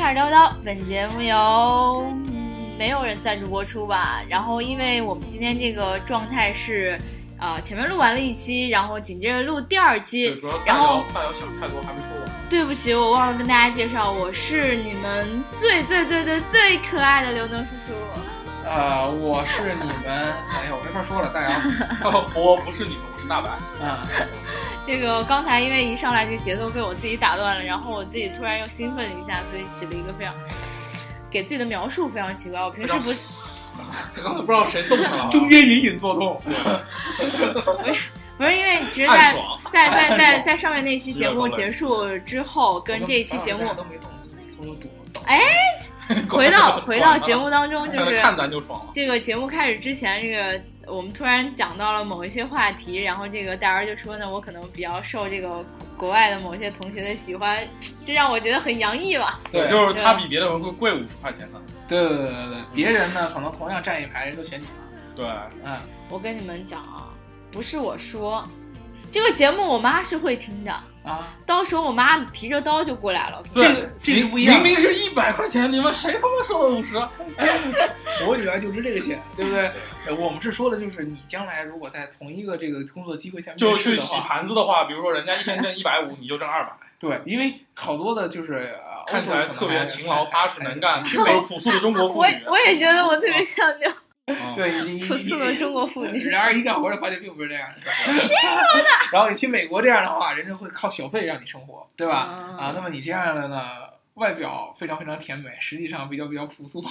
开始叨叨，本节目由没有人赞助播出吧。然后因为我们今天这个状态是前面录完了一期，然后紧接着录第二期，然后大姚想太多还没说完。 对不起，我忘了跟大家介绍，我是你们最可爱的刘能叔叔。 我是你们，哎呀，我没法说了，大姚。 我不是你们，我是大白。 这个刚才因为一上来这个节奏被我自己打断了，然后我自己突然又兴奋了一下，所以起了一个非常给自己的描述非常奇怪。我平时不， 这刚才不知道谁动他了， 中间隐隐作痛。 不是因为其实在上面那期节目结束之后，跟这一期节目都没动，从头堵。 哎。回到节目当中，就是看咱就爽了。 这个节目开始之前，这个我们突然讲到了某一些话题，然后这个大儿就说呢，我可能比较受这个国外的某些同学的喜欢，这让我觉得很洋溢吧。 对，就是他比别的人会贵50块钱的。 对，别人呢可能同样站一排，人都选你了。 对， 我跟你们讲啊，不是我说，这个节目我妈是会听的。到时候我妈提着刀就过来了。 这个不一样， 明明是100块钱，你们谁他妈说了50？ 我女儿就值这个钱，对不对？我们是说的就是你将来如果在同一个这个工作机会下面， 就去洗盘子的话，比如说人家一天挣150，你就挣200。 对，因为好多的就是看起来特别勤劳踏实能干，是朴素的中国妇女。 我也觉得我特别像那种。 对， 朴素的中国妇女。 然而一干活就发现并不是这样的。 谁说的？ 然后你去美国这样的话，人家会靠小费让你生活，对吧？那么你这样的呢，外表非常非常甜美，实际上比较朴素。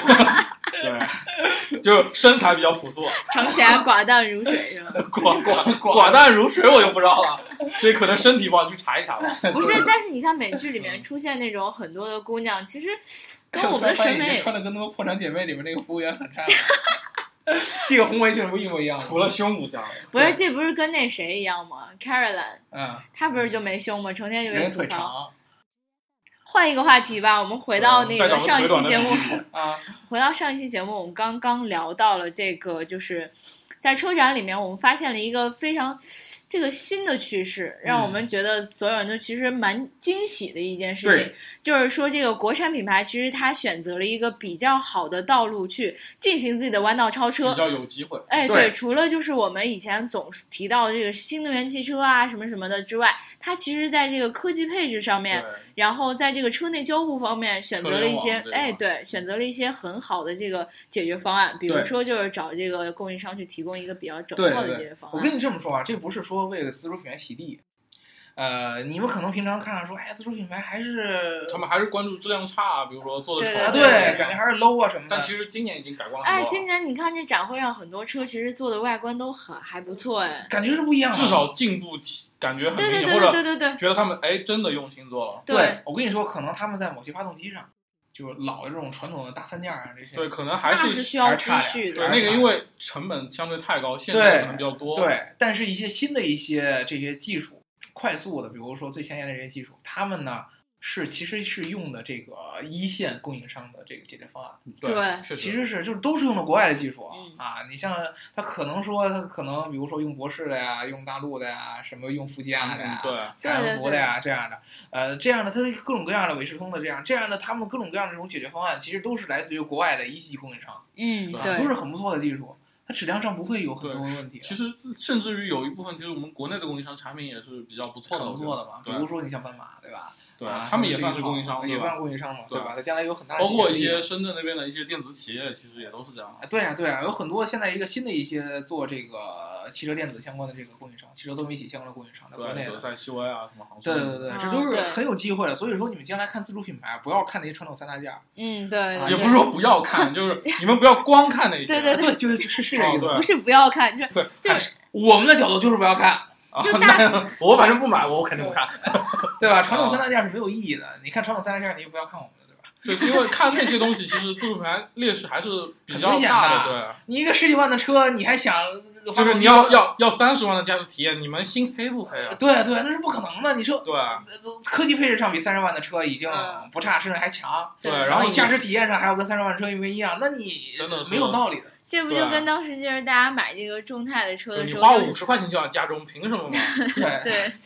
对，就身材比较朴素， 尝起来寡淡如水是吧？ 寡淡如水我就不知道了，这可能身体不好，你去查一查吧。 不是，但是你看美剧里面出现那种很多的姑娘，其实跟我们的审美穿的跟那个破产姐妹里面那个服务员很像。系个红围裙不一模一样吗？ 除了胸不像。 不是，这不是跟那谁一样吗 ？Caroline，她不是就没胸吗？成天就被吐槽。换一个话题吧，我们回到那个上一期节目回到上一期节目，我们刚刚聊到了这个，就是在车展里面，我们发现了一个非常这个新的趋势，让我们觉得所有人都其实蛮惊喜的一件事情，就是说这个国产品牌其实它选择了一个比较好的道路去进行自己的弯道超车， 比较有机会。 对，除了就是我们以前总提到的这个新能源汽车啊什么什么的之外，它其实在这个科技配置上面，然后在这个车内交互方面选择了一些选择了一些很好的这个解决方案，比如说就是找这个供应商去提供一个比较整套的解决方案。 我跟你这么说啊，这不是说为了自主品牌洗地。你们可能平常看说，自主品牌他们还是关注质量差，比如说做的丑， 对，感觉还是 low 啊什么的。 但其实今年已经改观了很多。 今年你看这展会上很多车其实做的外观都还不错， 感觉是不一样的， 至少进步感觉很明显， 对， 觉得他们真的用心做了。 对， 我跟你说，可能他们在某些发动机上，就是老的这种传统的大3件啊这些， 对，可能还是需要继续的。 对，那个因为成本相对太高，限制可能比较多。 对，但是一些新的一些这些技术。快速的，比如说最前沿的这些技术，他们呢其实是用的这个一线供应商的这个解决方案。 对， 其实就是都是用的国外的技术你像他可能比如说用博世的呀，用大陆的呀，什么用富加的呀，采安福的呀，这样的这样的它各种各样的韦世通的这样的他们各种各样的这种解决方案，其实都是来自于国外的一级供应商。 对， 都是很不错的技术。它质量上不会有很多问题。 其实甚至于有一部分，其实我们国内的供应商产品也是比较不错的， 很不错的嘛。比如说你像斑马，对吧？ 对，他们也算是供应商， 也算供应商嘛，对吧？它将来有很大的包括一些深圳那边的一些电子企业，其实也都是这样。 对啊，有很多现在一个新的一些做这个汽车电子相关的这个供应商，汽车多媒体相关的供应商，在国内的， 在西威啊什么航对，这都是很有机会的。所以说你们将来看自主品牌，不要看那些传统3大件。 对， 也不是说不要看，就是你们不要光看那些。 对， 就是这个意思， 不是不要看，就是我们的角度就是不要看。 我反正不买，我肯定不看， 对吧？传统3大件是没有意义的。你看传统3大件，你也不要看我们的，对吧？ 对，因为看那些东西，其实自主品牌劣势还是比较大的。对， 你一个10几万的车，你还想就是你要30万的驾驶体验，你们心黑不黑啊？ 对，那是不可能的。你说对， 科技配置上比30万的车已经不差，甚至还强。 对， 然后你驾驶体验上还要跟30万的车一模一样，那你真的没有道理的。 这不就跟当时就是大家买这个众泰的车的时候， 你花50块钱就要加钟，凭什么嘛？ 对，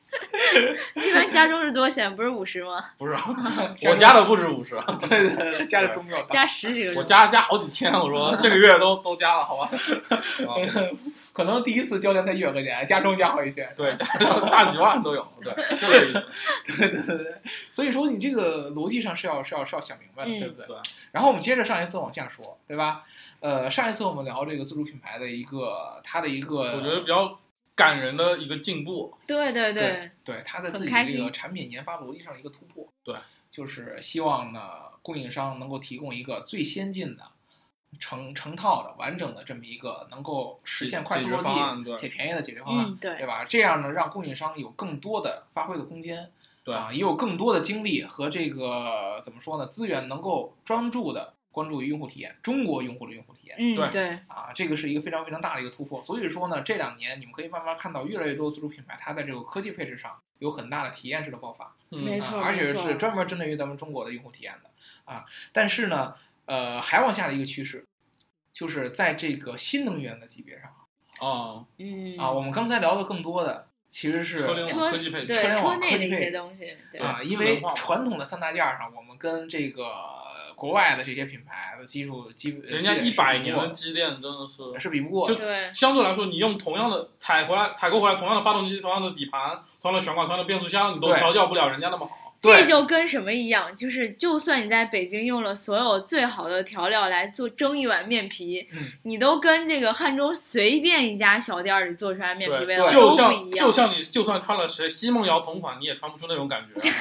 一般加钟是多钱？不是50吗？ 不是，我加的不止50。 对，加的钟比较大， 加10几个钟。 我加好几千，我说这个月都加了，好吧？ 可能第一次交2,000元块钱，加钟加好几千， 对，加大几万都有，对，就这个意思。对。所以说你这个逻辑上是要想明白的，对不对？ 对。 然后我们接着上一次往下说，对吧？上一次我们聊这个自主品牌的它的一个， 我觉得比较感人的一个进步。 对， 它在自己这个产品研发逻辑上的一个突破。 对， 就是希望呢，供应商能够提供一个最先进的、成套的、完整的这么一个能够实现快速落地且便宜的解决方案，对吧？这样呢，让供应商有更多的发挥的空间， 对啊，也有更多的精力和这个怎么说呢，资源能够专注的关注于用户体验，中国用户的用户体验。 对啊，这个是一个非常非常大的一个突破。所以说呢，这2年你们可以慢慢看到越来越多的自主品牌，它在这个科技配置上有很大的体验式的爆发。 没错， 而且是专门针对于咱们中国的用户体验的啊。但是呢，还往下的一个趋势，就是在这个新能源的级别上我们刚才聊的更多的其实是车联网科技配置， 车内的一些东西因为传统的3大件上，我们跟这个国外的这些品牌的技术人家100年的积淀真的是比不过的。 对， 相对来说，你用同样的采购回来同样的发动机、同样的底盘、同样的悬挂、同样的变速箱，你都调教不了人家那么好。 这就跟什么一样，就是就算你在北京用了所有最好的调料来蒸一碗面皮，你都跟这个汉中随便一家小店里做出来面皮味道都不一样。 就像你就算穿了奚梦瑶同款，你也穿不出那种感觉。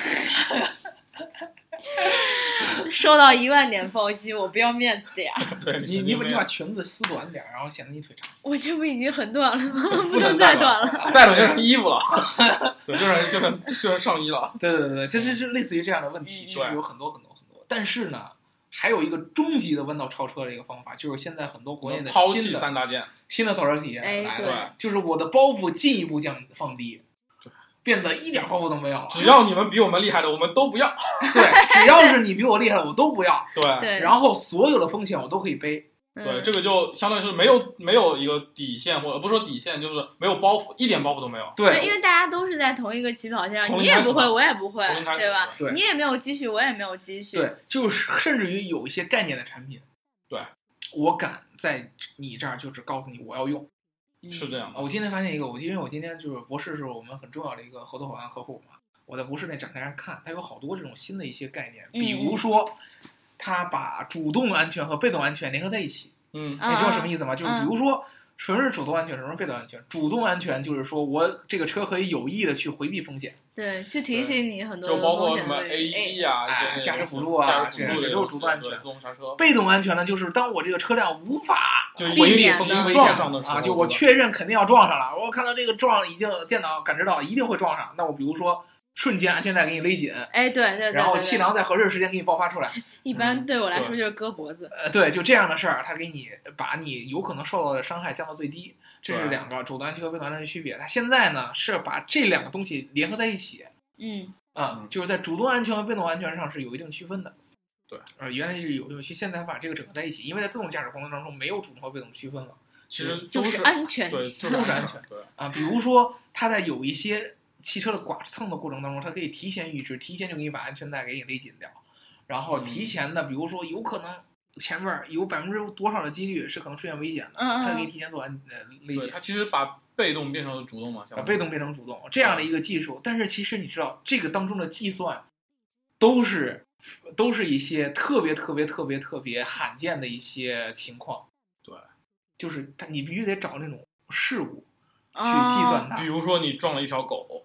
收到1万点暴击，我不要面子的呀！ 对， 你把裙子撕短点，然后显得你腿长。 我这不已经很短了吗？不能再短了， 再短就成衣服了。对，就是上衣了。 对，这是类似于这样的问题，其实有很多。但是呢，还有一个终极的弯道超车的一个方法，就是现在很多国内的抛弃3大件新的造车体验来了，就是我的包袱进一步放低。变得一点包袱都没有， 只要你们比我们厉害的，我们都不要。 对，只要是你比我厉害的，我都不要。 对， 然后所有的风险我都可以背。 对，这个就相当于是没有一个底线，或者不是说底线，就是没有包袱，一点包袱都没有。 对， 因为大家都是在同一个起跑线上，你也不会，我也不会，对吧？ 对， 你也没有积蓄，我也没有积蓄。 对，就是甚至于有一些概念的产品， 对， 我敢在你这儿就只告诉你我要用。 是这样的。 我今天发现一个，因为我今天就是博士是我们很重要的一个合作伙伴客户嘛，我在博士那展台上看，它有好多这种新的一些概念，比如说，它把主动安全和被动安全联合在一起。你知道什么意思吗？就是比如说，什么是主动安全，什么是被动安全？主动安全就是说我这个车可以有意的去回避风险， 对，去提醒你很多就包括什么 AED 啊、 驾驶辅助啊，这都是主动安全。 自动刹车。 被动安全呢，就是当我这个车辆无法回避风险撞上的时候就我确认肯定要撞上了，我看到这个已经电脑感知到一定会撞上，那我比如说瞬间安全带给你勒紧， 对， 然后气囊在合适的时间给你爆发出来。 一般对我来说就是割脖子。 对，就这样的事儿，它给你把你有可能受到的伤害降到最低。这是2个主动安全和被动安全的区别。它现在呢是把这2个东西联合在一起。就是在主动安全和被动安全上是有一定区分的。 对， 原来是有现在把这个整合在一起，因为在自动驾驶过程当中没有主动和被动区分了， 其实就是安全， 对， 都是安全。 对比如说它在有一些汽车的剐蹭的过程当中，它可以提前预知，提前就给你把安全带给你勒紧掉，然后提前的，比如说有可能前面有多少的几率是可能出现危险的，它可以提前做勒紧。 它其实把被动变成了主动嘛， 把被动变成主动这样的一个技术。但是其实你知道，这个当中的计算都是一些特别罕见的一些情况。 对， 就是你必须得找那种事故去计算它。 比如说你撞了一条狗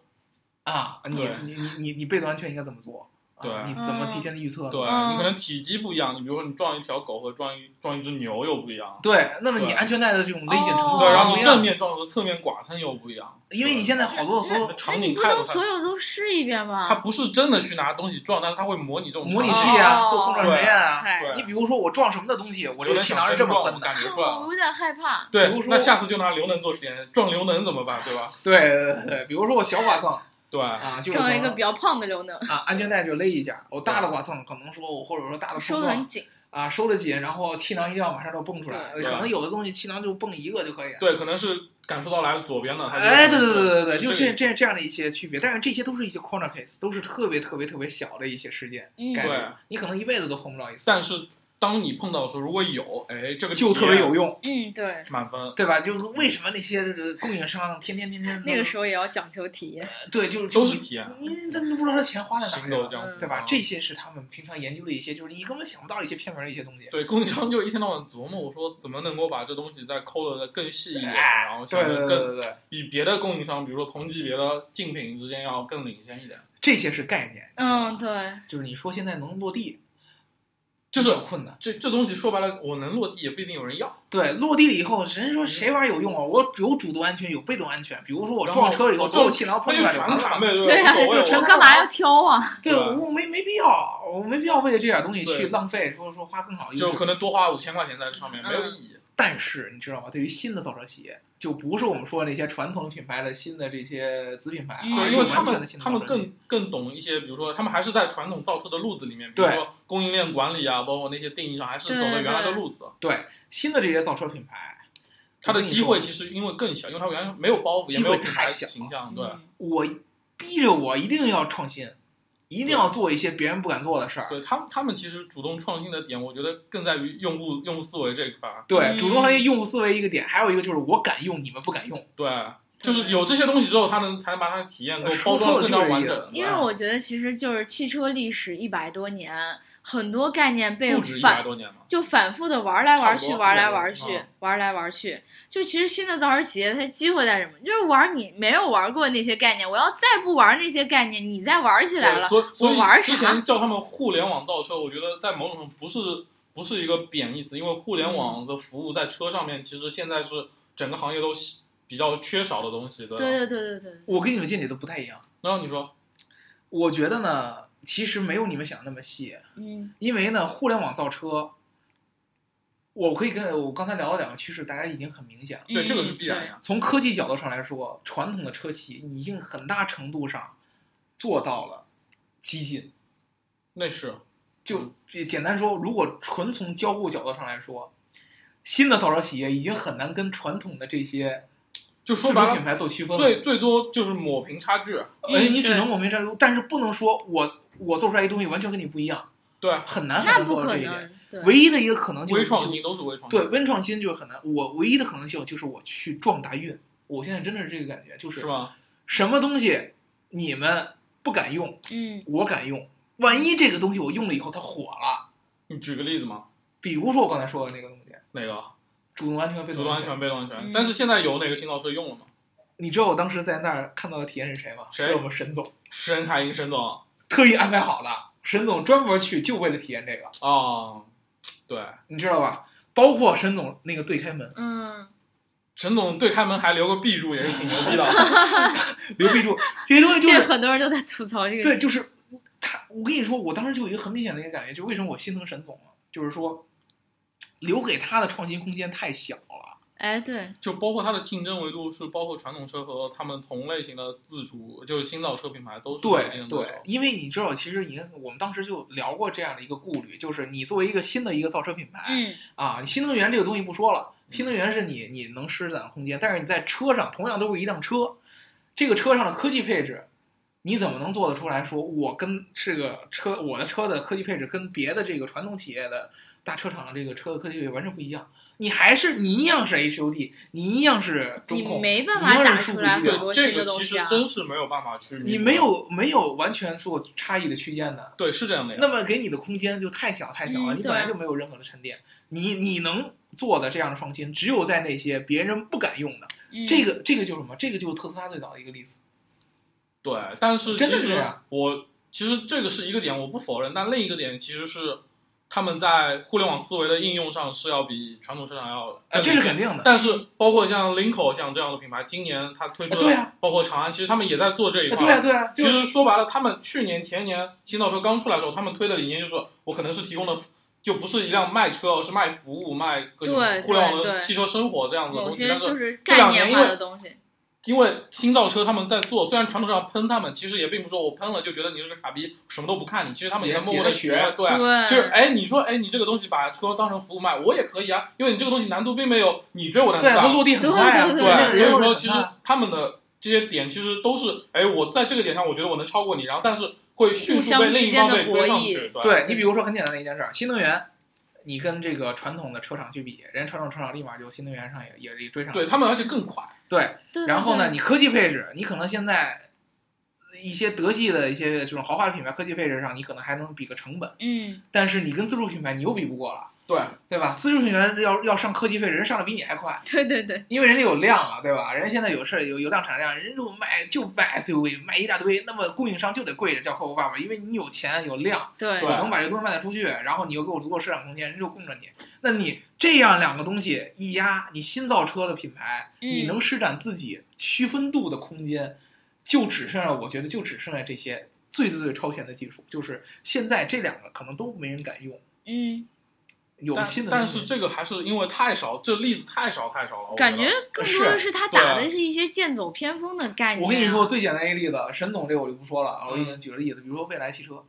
你被动安全应该怎么做？ 对， 你怎么提前的预测？ 对，你可能体积不一样，你比如说你撞一条狗和撞一只牛又不一样。 对，那么你安全带的这种勒紧程度， 对，然后你正面撞和侧面剐蹭又不一样。 因为你现在好多所有场景你不能所有都试一遍吗？ 它不是真的去拿东西撞，但是它会模拟这种模拟器做空转实验啊。你比如说我撞什么的东西，我这个气囊是这么喷的， 感觉出来了。 我有点害怕。 对，比如说那下次就拿硫能做实验，撞硫能怎么办？对吧？ 对，比如说我小剐蹭。 对就是撞一个比较胖的刘能安全带就勒一下。我大的剐蹭可能说，或者说大的收得很紧啊，收得紧，然后气囊一定要马上就蹦出来。可能有的东西气囊就蹦一个就可以了。 对，可能是感受到来左边的。 哎，对，就这样的一些区别。但是这些都是一些 corner case， 都是特别小的一些事件。 对， 你可能一辈子都碰不到一次。 但是当你碰到的时候，如果有，哎，这个就特别有用。 对， 满分， 对吧？就是为什么那些供应商天天那个时候也要讲究体验。 对，就是都是体验。 你怎么不知道他钱花在哪里了， 对吧？这些是他们平常研究的一些，就是你根本想不到一些偏门的一些东西。 对，供应商就一天到晚琢磨，我说怎么能够把这东西再抠的更细一点，然后想的更比别的供应商，比如说同级别的竞品之间要更领先一点。 这些是概念。 对， 就是你说现在能落地。 就是困难， 这东西说白了，我能落地也不一定有人要。 对，落地了以后，人说谁玩有用啊？我有主动安全，有被动安全。比如说我撞车了以后，所有气囊碰出来全卡呗， 对呀，我干嘛要挑啊？ 对，我没必要，我没必要为了这点东西去浪费，说花更好， 就可能多花5000块钱在这上面没有意义。 但是你知道吗？对于新的造车企业，就不是我们说那些传统品牌的新的这些子品牌， 对，因为他们更懂一些，比如说他们还是在传统造车的路子里面，比如说供应链管理啊，包括那些定义上，还是走的原来的路子。 对，新的这些造车品牌， 它的机会其实因为更小，因为它原来没有包袱，也没有品牌形象。对， 我逼着我一定要创新。一定要做一些别人不敢做的事儿。 对，他们其实主动创新的点，我觉得更在于用户思维这一块。 对，主动创新用户思维一个点，还有一个就是我敢用，你们不敢用。 对，就是有这些东西之后，才能把它的体验都包装得更加完整。 因为我觉得其实就是汽车历史100多年，很多概念被不止100多年嘛， 就反复的玩来玩去，玩来玩去。就其实新的造车企业它机会在什么？就是玩你没有玩过那些概念，我要再不玩那些概念，你再玩起来了，我玩啥？ 之前叫他们互联网造车，我觉得在某种上不是一个贬义词，因为互联网的服务在车上面，其实现在是整个行业都比较缺少的东西。 对。 我跟你们见解都不太一样。 然后你说， 我觉得呢，其实没有你们想的那么细。因为呢，互联网造车。我刚才聊的2个趋势，大家已经很明显了。 对，这个是必然呀。 从科技角度上来说，传统的车企已经很大程度上做到了激进。 那是， 就简单说，如果纯从交互角度上来说，新的造车企业已经很难跟传统的这些就说白了品牌做区分了。 最多就是抹平差距。 你只能抹平差距，但是不能说我做出来一东西完全跟你不一样。 对， 很难做到这一点。唯一的一个可能就是微创新，都是微创新。对，微创新就是很难。我唯一的可能性就是我去撞大运。我现在真的是这个感觉，就是吧？ 什么东西你们不敢用，我敢用。万一这个东西我用了以后它火了， 你举个例子吗？ 比如说我刚才说的那个东西， 哪个？ 主动安全、被动安全、 被动安全。但是现在有哪个新造车用了吗？ 你知道我当时在那儿看到的体验是谁吗？ 谁？ 是我们沈总， 沈凯英沈总特意安排好的。沈总专门去就为了体验这个。 对， 你知道吧？包括沈总那个对开门， 沈总对开门还留个壁柱，也是挺牛逼的。 留壁柱这些东西，就是很多人都在吐槽这个。 对，就是我跟你说，我当时就有一个很明显的一个感觉，就为什么我心疼沈总了，就是说留给他的创新空间太小了。 哎，对， 就包括它的竞争维度是包括传统车和他们同类型的自主，就是新造车品牌都是对，因为你知道，其实我们当时就聊过这样的一个顾虑，就是你作为一个新的一个造车品牌，你新能源这个东西不说了，新能源是你能施展空间，但是你在车上同样都是一辆车，这个车上的科技配置，你怎么能做得出来说我跟这个车我的车的科技配置跟别的这个传统企业的大车厂的这个车的科技配置完全不一样？你一样是 HUD， 你一样是中控， 你没办法打出来很多新的东西这个其实真是没有办法去， 你没有完全做差异的区间的。 对，是这样的呀。 那么给你的空间就太小了，你本来就没有任何的沉淀。你能做的这样的创新，只有在那些别人不敢用的。这个就是什么？这个就是特斯拉最早的一个例子。 对，但是真的是这样。 其实这个是一个点，我不否认，但另一个点其实是。他们在互联网思维的应用上是要比传统市场要， 这是肯定的。 但是包括像 Linko 像这样的品牌，今年它推出的，包括长安，其实他们也在做这一块。 对啊。 其实说白了，他们去年前年新造车刚出来的时候，他们推的理念就是，我可能是提供的，就不是一辆卖车，而是卖服务，卖各种互联网的汽车生活这样子的东西。 某些就是概念化的东西。 因为新造车他们在做，虽然传统上喷他们，其实也并不是说我喷了就觉得你是个傻逼，什么都不看你，其实他们也在默默的学，对，就是你说你这个东西把车当成服务卖，我也可以啊，因为你这个东西难度并没有你追我难度大， 对，它落地很快啊， 对，所以说其实他们的这些点其实都是，我在这个点上我觉得我能超过你，然后但是会迅速被另一方被追上去， 对，你比如说很简单的一件事，新能源。你跟这个传统的车厂去比，人家传统车厂立马就新能源上也追上， 对他们而且更快。 对，然后呢，你科技配置，你可能现在一些德系的一些这种豪华的品牌科技配置上，你可能还能比个成本，但是你跟自主品牌你又比不过了。对吧？自主品牌要上科技配置，人上的比你还快。 对， 因为人家有量啊，对吧？人家现在有量产量，人就卖 SUV 卖一大堆，那么供应商就得跪着叫客户爸爸，因为你有钱有量， 对， 我能把这东西卖得出去，然后你又给我足够市场空间，人就供着你。那你这样两个东西一压，你新造车的品牌，你能施展自己区分度的空间，就只剩下，我觉得就只剩下这些最超前的技术，就是现在这两个可能都没人敢用。有新的， 但是这个还是因为太少，这例子太少了。 感觉更多的是他打的是一些剑走偏锋的概念。 我跟你说最简单一个例子，沈总这我就不说了，我已经举了例子，比如说蔚来汽车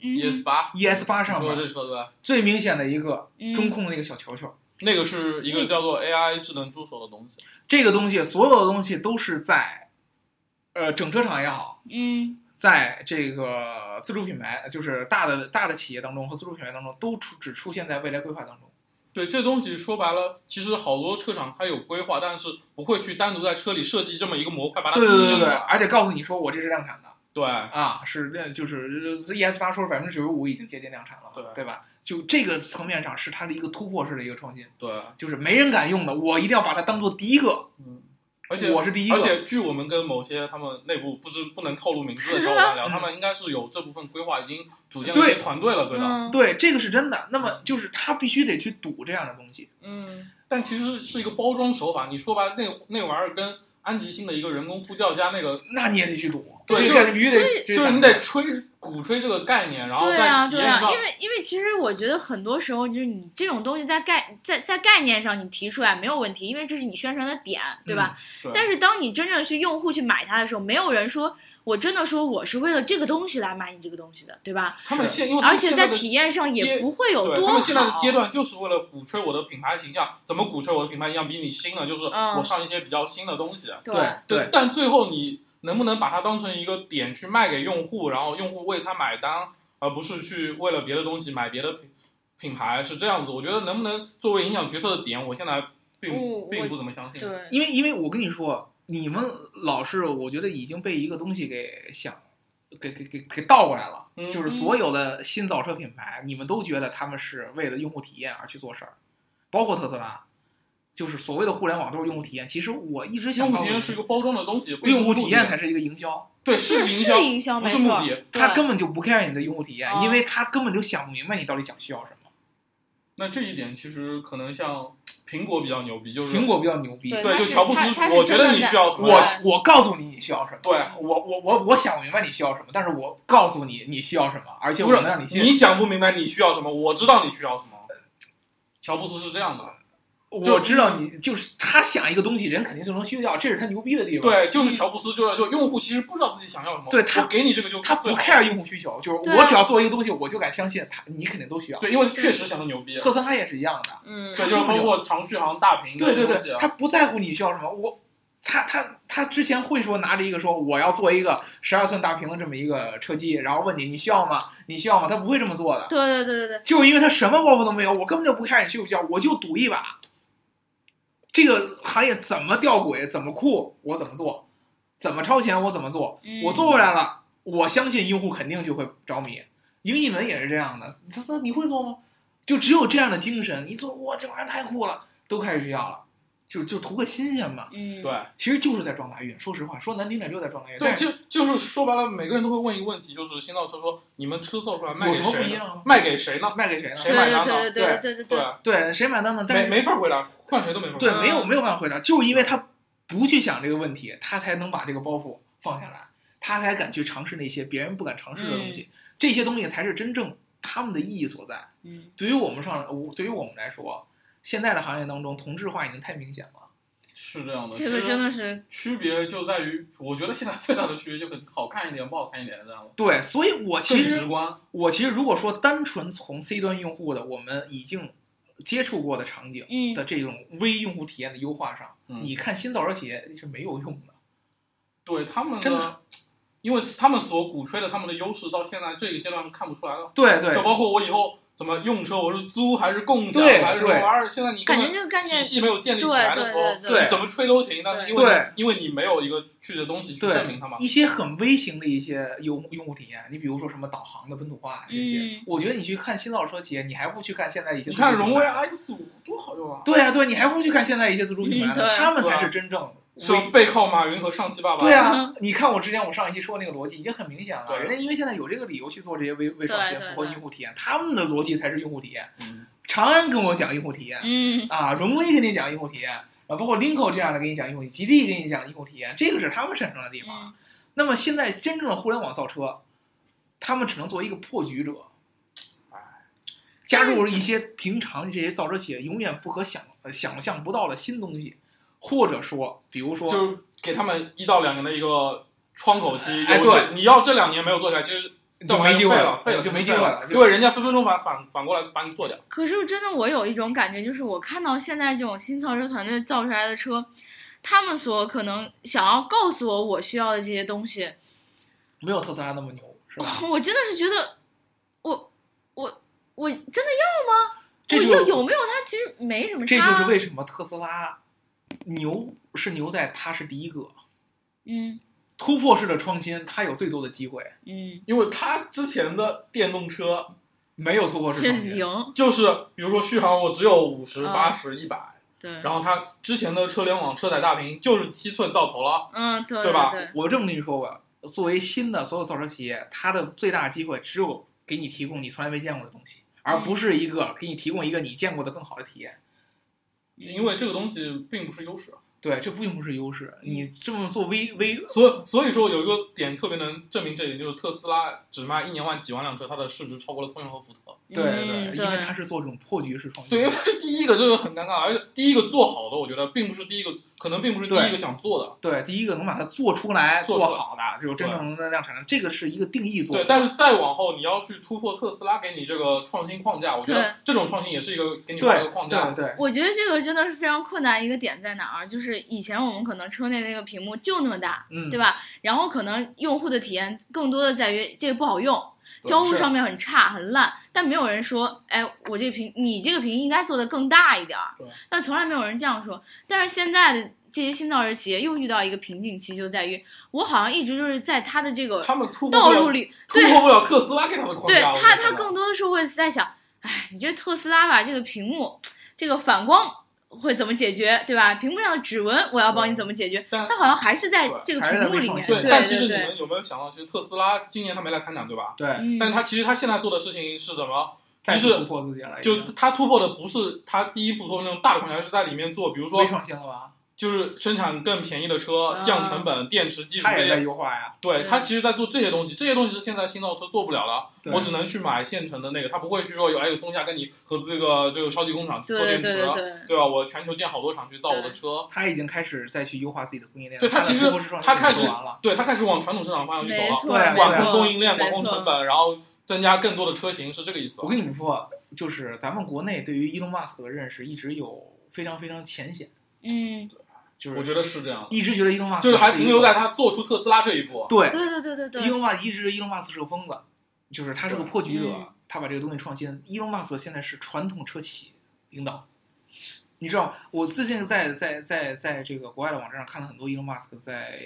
ES8 上面这车对吧？ 最明显的一个中控的那个小球球， 那个是一个叫做 AI 智能助手的东西。 这个东西所有的东西都是在整车厂也好，在这个自主品牌，就是大的企业当中和自主品牌当中都只出现在未来规划当中。 对，这东西说白了，其实好多车厂它有规划，但是不会去单独在车里设计这么一个模块，把它对，而且告诉你说我这是量产的。 对啊，就是 ES8 说是95%已经接近量产了，对吧？就这个层面上是它的一个突破式的一个创新。 对， 就是没人敢用的，我一定要把它当做第一个。 而且我是第一个。 而且据我们跟某些他们内部不能透露名字的小伙伴聊，他们应该是有这部分规划，已经组建了一些团队了，对吧？ 对，这个是真的。那么就是他必须得去赌这样的东西。 但其实是一个包装手法。你说白了，那玩意儿跟安吉星的一个人工呼叫加那个， 那你也得去赌。 对，就是你得鼓吹这个概念，然后在体验上。 因为其实我觉得很多时候就是你这种东西在概念上你提出来没有问题，因为这是你宣传的点，对吧？但是当你真正去用户去买它的时候，没有人说我真的说我是为了这个东西来买你这个东西的，对吧？而且在体验上也不会有多好。 他们现在的阶段就是为了鼓吹我的品牌形象，怎么鼓吹我的品牌形象比你新呢？就是我上一些比较新的东西。 对， 但最后你能不能把它当成一个点去卖给用户，然后用户为它买单，而不是去为了别的东西买别的品牌，是这样子。我觉得能不能作为影响决策的点，我现在并不怎么相信。 对， 因为我跟你说，你们老是我觉得已经被一个东西给倒过来了，就是所有的新造车品牌，你们都觉得他们是为了用户体验而去做事儿，包括特斯拉。就是所谓的互联网都是用户体验，其实我一直想， 用户体验是一个包装的东西， 用户体验才是一个营销。 对， 是营销，不是目的。 他根本就不 care 你的用户体验，因为他根本就想不明白你到底想需要什么。 那这一点其实可能像苹果比较牛逼，就是苹果比较牛逼， 对，就乔布斯，我觉得你需要什么， 我告诉你需要什么， 对， 我想明白你需要什么，但是我告诉你需要什么，而且我能让你信。 你想不明白你需要什么，我知道你需要什么。乔布斯是这样的。 我知道你就是他想一个东西，人肯定就能需要，这是他牛逼的地方。 对，就是乔布斯，就用户其实不知道自己想要什么。 对，他给你这个就他不 care 用户需求，就是我只要做一个东西，我就敢相信他，你肯定都需要。 对，因为确实想的牛逼。 特斯拉也是一样的， 对，就包括长续航大屏。 对，他不在乎你需要什么，他之前会说拿着一个说我要做一个12寸大屏的这么一个车机，然后问你需要吗？你需要吗？他不会这么做的。 对， 就是因为他什么包袱都没有，我根本就不看你需不需要，我就赌一把。这个行业怎么吊诡，怎么酷，我怎么做，怎么超前，我怎么做，我做出来了，我相信用户肯定就会着迷。英译文也是这样的，他说你会做吗？就只有这样的精神，你做哇，这玩意儿太酷了，都开始需要了，就图个新鲜嘛。 对， 其实就是在撞大运。说实话，说难听点就是在撞大运。 对，就是说白了，每个人都会问一个问题，就是新造车说你们车造出来卖给谁？ 有什么不一样？ 卖给谁呢？ 卖给谁呢？ 谁买单呢？ 对， 谁买单呢？但没法回答。换谁都没法回答。 对，没有办法回答，就是因为他不去想这个问题，他才能把这个包袱放下来，他才敢去尝试那些别人不敢尝试的东西。这些东西才是真正他们的意义所在。对于我们来说，现在的行业当中同质化已经太明显了。 是这样的， 这个真的是区别就在于，我觉得现在最大的区别就很好看一点，不好看一点这样的。 对，所以我其实如果说单纯从 C 端用户的我们已经接触过的场景的这种微用户体验的优化上，你看新造车企业是没有用的。 对他们真的， 因为他们所鼓吹的他们的优势，到现在这个阶段是看不出来的。 对对， 就包括我以后。怎么用车？我是租还是共享还是什么玩意儿？现在你感觉就体系没有建立起来的时候， 你怎么吹都行。但是因为你没有一个具体的东西去证明它嘛。 一些很微型的一些用户体验，你比如说什么导航的本土化这些，我觉得你去看新造车企业，你还不去看现在一些。 你看荣威 X5多好用啊！ 对啊，对，你还不去看现在一些自主品牌的，他们才是真正。 是背靠马云和上汽爸爸。 对啊，你看我之前上一期说那个逻辑已经很明显了，人家因为现在有这个理由去做这些微创新，符合用户体验，他们的逻辑才是用户体验。长安跟我讲用户体验，荣威跟你讲用户体验，包括 Linko 这样的给你讲用户体验，吉利给你讲用户体验，这个是他们产生的地方。那么现在真正的互联网造车，他们只能作为一个破局者，加入一些平常这些造车企业永远不可想象不到的新东西。或者说，比如说， 就是给他们1到2年的一个窗口期。 对， 你要这2年没有做下来，其实就没机会了， 就没机会了， 因为人家分分钟反过来把你做掉。 可是真的，我有一种感觉，就是我看到现在这种新造车团队造出来的车，他们所可能想要告诉我需要的这些东西， 没有特斯拉那么牛，是吧？ 我真的是觉得，我真的要吗？有没有？它其实没什么差。 这就是为什么特斯拉。牛在它是第一个，突破式的创新，它有最多的机会， 因为它之前的电动车没有突破式创新， 就是比如说续航我只有50、80、100， 对， 然后它之前的车联网车载大屏就是7寸到头了， 对吧？ 我这么跟你说吧，作为新的所有造车企业，它的最大机会只有给你提供你从来没见过的东西，而不是一个给你提供一个你见过的更好的体验。 因为这个东西并不是优势， 对，这并不是优势。你这么做所以说有一个点特别能证明这一点，就是特斯拉只卖1年万几万辆车，它的市值超过了通用和福特。 对，因为它是做这种破局式创新。 对，因为它是第一个，这个很尴尬，而且第一个做好的，我觉得并不是第一个，可能并不是第一个想做的。 对，第一个能把它做出来、做好的，就真正能量产的，这个是一个定义做。 对，但是再往后，你要去突破特斯拉给你这个创新框架，我觉得这种创新也是一个给你画一个框架。 对， 我觉得这个真的是非常困难一个点在哪儿？就是以前我们可能车内那个屏幕就那么大，对吧？然后可能用户的体验更多的在于这个不好用。交互上面很差很烂，但没有人说，哎，我这个屏，你这个屏应该做得更大一点。但从来没有人这样说。但是现在的这些新造车企业又遇到一个瓶颈期，就在于我好像一直就是在他的这个道路里突破不了特斯拉给他的框架。对他更多的时候会在想，哎，你这特斯拉吧，这个屏幕这个反光会怎么解决，对吧？屏幕上的指纹我要帮你怎么解决？它好像还是在这个屏幕里面。 对，但其实你们有没有想到，其实特斯拉今年他没来参展，对吧？ 对。 但是其实他现在做的事情是什么？ 再突破自己了。 就他突破的不是他第一步突破那种大的框架，而是在里面做，比如说微创新了吧？ 就是生产更便宜的车，降成本，电池技术。 它也在优化呀。 对，它其实在做这些东西，这些东西是现在新造车做不了的。我只能去买现成的那个，它不会去说有松下跟你合资这个超级工厂做电池，对吧？我全球建好多厂去造我的车。 它已经开始再去优化自己的供应链。 对，它其实它开始往传统市场方向去走了，管控供应链，管控成本，然后增加更多的车型，是这个意思。 我跟你们说，就是咱们国内对于伊隆马斯克的认识一直有非常非常浅显。就是我觉得是这样， 一直觉得伊隆马斯就是还停留在他做出特斯拉这一步。 对， 伊隆马斯是个疯子，就是他是个破局者，他把这个东西创新。伊隆马斯现在是传统车企领导，你知道，我最近在这个国外的网站上看了很多伊隆马斯克在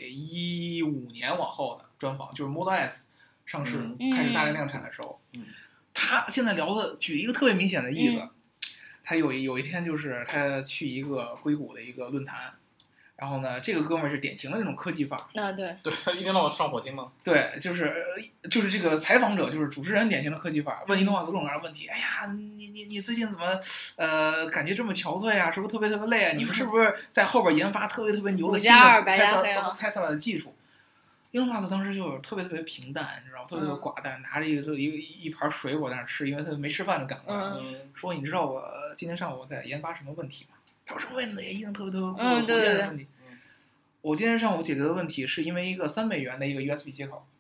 15年往后的专访，就是 Model S 上市开始大量量产的时候，他现在聊的举一个特别明显的例子，他有一天就是他去一个硅谷的一个论坛。然后呢，这个哥们儿是典型的那种科技范儿对，他一天到晚上火星嘛。 对，就是这个采访者，就是主持人，典型的科技范儿，问伊隆马斯克各种各样的问题。哎呀，你最近怎么感觉这么憔悴啊？是不是特别特别累啊？你们是不是在后边研发特别特别牛的新的特斯拉的技术？伊隆马斯克当时就特别特别平淡，你知道吗？特别特别寡淡，拿着一盘水果在那吃，因为他没吃饭就赶过来。说你知道我今天上午在研发什么问题吗？ 他说什么问题也一定特别酷， 对。 问题。我今天上午解决的问题是因为一个3美元的一个 USB 接口，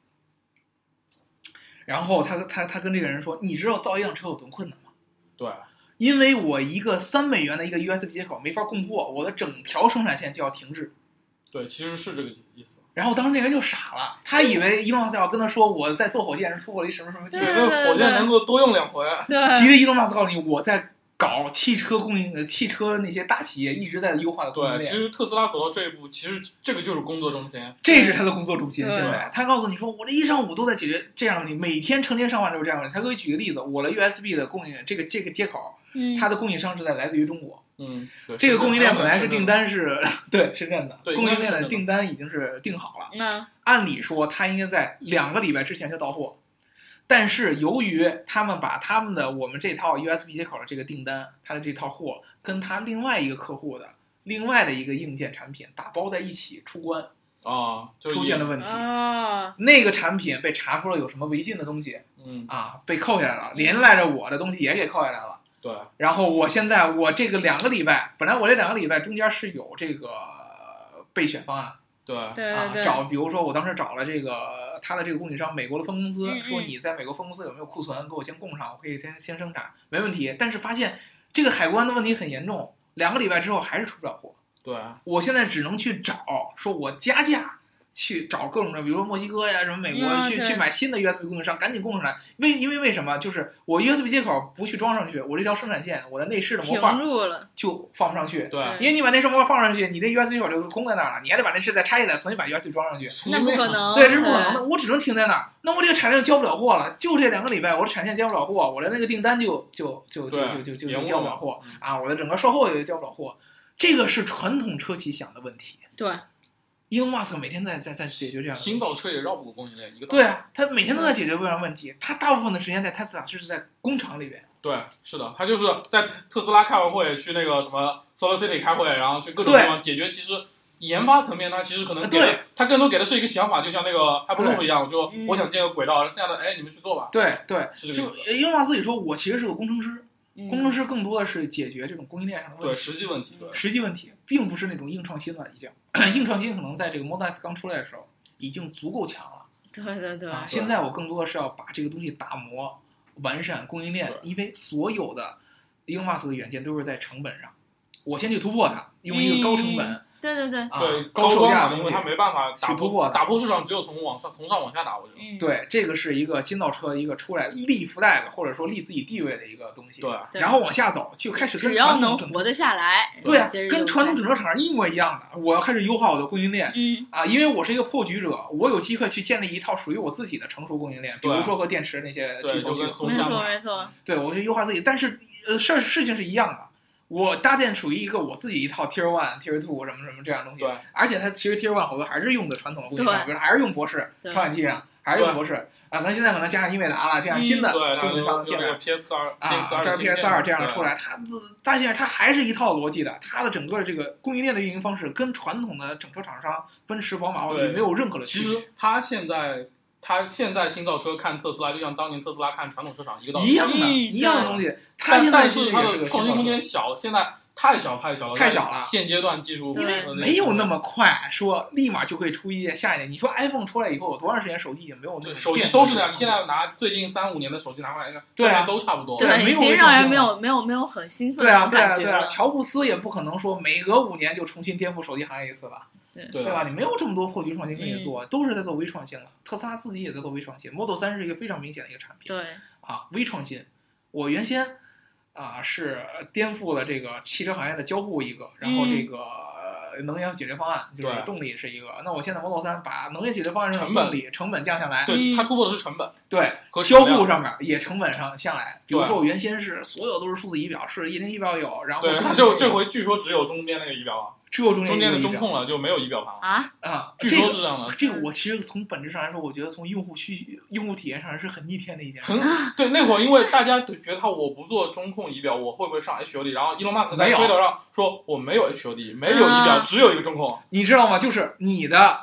然后他跟这个人说，你知道造一辆车有多困难吗？ 对， 因为我一个3美元的一个 USB 接口没法供货，我的整条生产线就要停滞。 对，其实是这个意思。 然后当时那人就傻了，他以为伊隆马斯克要跟他说我在做火箭是出过了一什么什么， 觉得火箭能够多用2回。 对， 其实伊隆马斯克告诉你，我在搞汽车供应，汽车那些大企业一直在优化的供应链。 对，其实特斯拉走到这一步，其实这个就是工作中心， 这是他的工作中心。现在他告诉你说，我这一上午都在解决这样的问题，每天成千上万都是这样的问题。他给我举个例子，我的 USB 的供应这个接口，它的供应商是来自于中国。这个供应链本来是订单是对深圳的，供应链的订单已经是订好了。按理说他应该在2个礼拜之前就到货。但是由于他们把他们的我们这套 USB 接口的这个订单，他的这套货跟他另外一个客户的另外的一个硬件产品打包在一起出关出现了问题那个产品被查出了有什么违禁的东西，被扣下来了，连带着我的东西也给扣下来了。 对， 然后我现在这个2个礼拜，本来我这2个礼拜中间是有这个备选方案。 对， 比如说我当时找了这个他的这个供应商，美国的分公司，说你在美国分公司有没有库存，给我先供上，我可以先生产，没问题。但是发现这个海关的问题很严重，2个礼拜之后还是出不了货。 对， 我现在只能去找，说我加价去找各种的，比如说墨西哥呀，什么美国去买新的 USB 供应商，赶紧供上来。因为为什么？就是我 USB 接口不去装上去，我这条生产线，我的内饰的模块就放不上去。 对， 因为你把内饰模块放上去，你这 USB 接口就空在那儿了，你还得把内饰再拆下来，重新把 USB 装上去。 那不可能。 对，这是不可能的。我只能停在那儿，那我这个产量交不了货了。就这2个礼拜，我的产线交不了货，我的那个订单就交不了货我的整个售后也交不了货。这个是传统车企想的问题。 对。 伊隆马斯克每天在解决这样的新造车也绕不过供应链一个。 对啊，他每天都在解决这样的问题。他大部分的时间在特斯拉是在工厂里边。 对，是的，他就是在特斯拉开完会去那个什么 Solar City 开会，然后去各种地方解决。其实研发层面，他其实可能他更多给的是一个想法，就像那个艾伯路一样，就我想建个轨道，剩下的你们去做吧。 对， 是这个意思。 就伊隆马斯克也说，我其实是个工程师。工程师更多的是解决这种供应链上的问题， 对实际问题， 并不是那种硬创新了。已经硬创新可能在这个 Model S 刚出来的时候已经足够强了。 对现在我更多的是要把这个东西打磨、完善供应链，因为所有的伊隆马斯克的远见都是在成本上，我先去突破它，用一个高成本。 对， 高售价的东西， 它没办法打破市场，只有从上往下打。我觉得， 对，这个是一个新造车一个出来立 flag 或者说立自己地位的一个东西。 对， 然后往下走，就开始跟只要能活得下来， 对啊，跟传统整车厂商一模一样的。我要开始优化我的供应链，因为我是一个破局者，我有机会去建立一套属于我自己的成熟供应链，比如说和电池那些巨头去合作。 没错。 对，我去优化自己，但是事情是一样的。我搭建属于一个我自己一套 Tier 1、Tier 2什么什么这样的东西，而且它其实 Tier 1好多还是用的传统的供应商，比如还是用博士传感器上，还是用博士咱现在可能加上英伟达了，这样新的供应商进来这 PS2 这样的出来，但是它还是一套逻辑的，它的整个这个供应链的运营方式跟传统的整车厂商奔驰、宝马、奥迪没有任何的区别。 其实他现在新造车看特斯拉，就像当年特斯拉看传统车厂一个道理， 一样的东西。但是它的创新空间小，现在太小了。现阶段技术因为没有那么快，说立马就可以出下一年。你说 iPhone 出来以后有多长时间，手机也没有那种手机都是这样。你现在拿最近3-5年的手机拿过来一个， 对啊， 都差不多。 对，已经让人没有很兴奋的感觉了。 乔布斯也不可能说每隔5年就重新颠覆手机行业一次吧。对吧？你没有这么多破局创新可以做，都是在做微创新了。特斯拉自己也在做微创新 ，Model 3是一个非常明显的一个产品。 对微创新。我原先是颠覆了这个汽车行业的交互一个，然后这个能源解决方案就是动力是一个。那我现在 Model 3把能源解决方案上的动力成本降下来， 对，它突破的是成本， 对，交互上面也成本上下来。比如说我原先是所有都是数字仪表，是液晶仪表有，然后这回据说只有中间那个仪表了。 只有中间的中控了，就没有仪表盘了据说是这样的。 这个我其实从本质上来说，我觉得从用户体验上是很逆天的一件事。 对，那会儿因为大家觉得我不做中控仪表，我会不会上 HUD？ 然后伊隆马斯克在推特上说我没有 HUD， 没有仪表，只有一个中控。 你知道吗？就是你的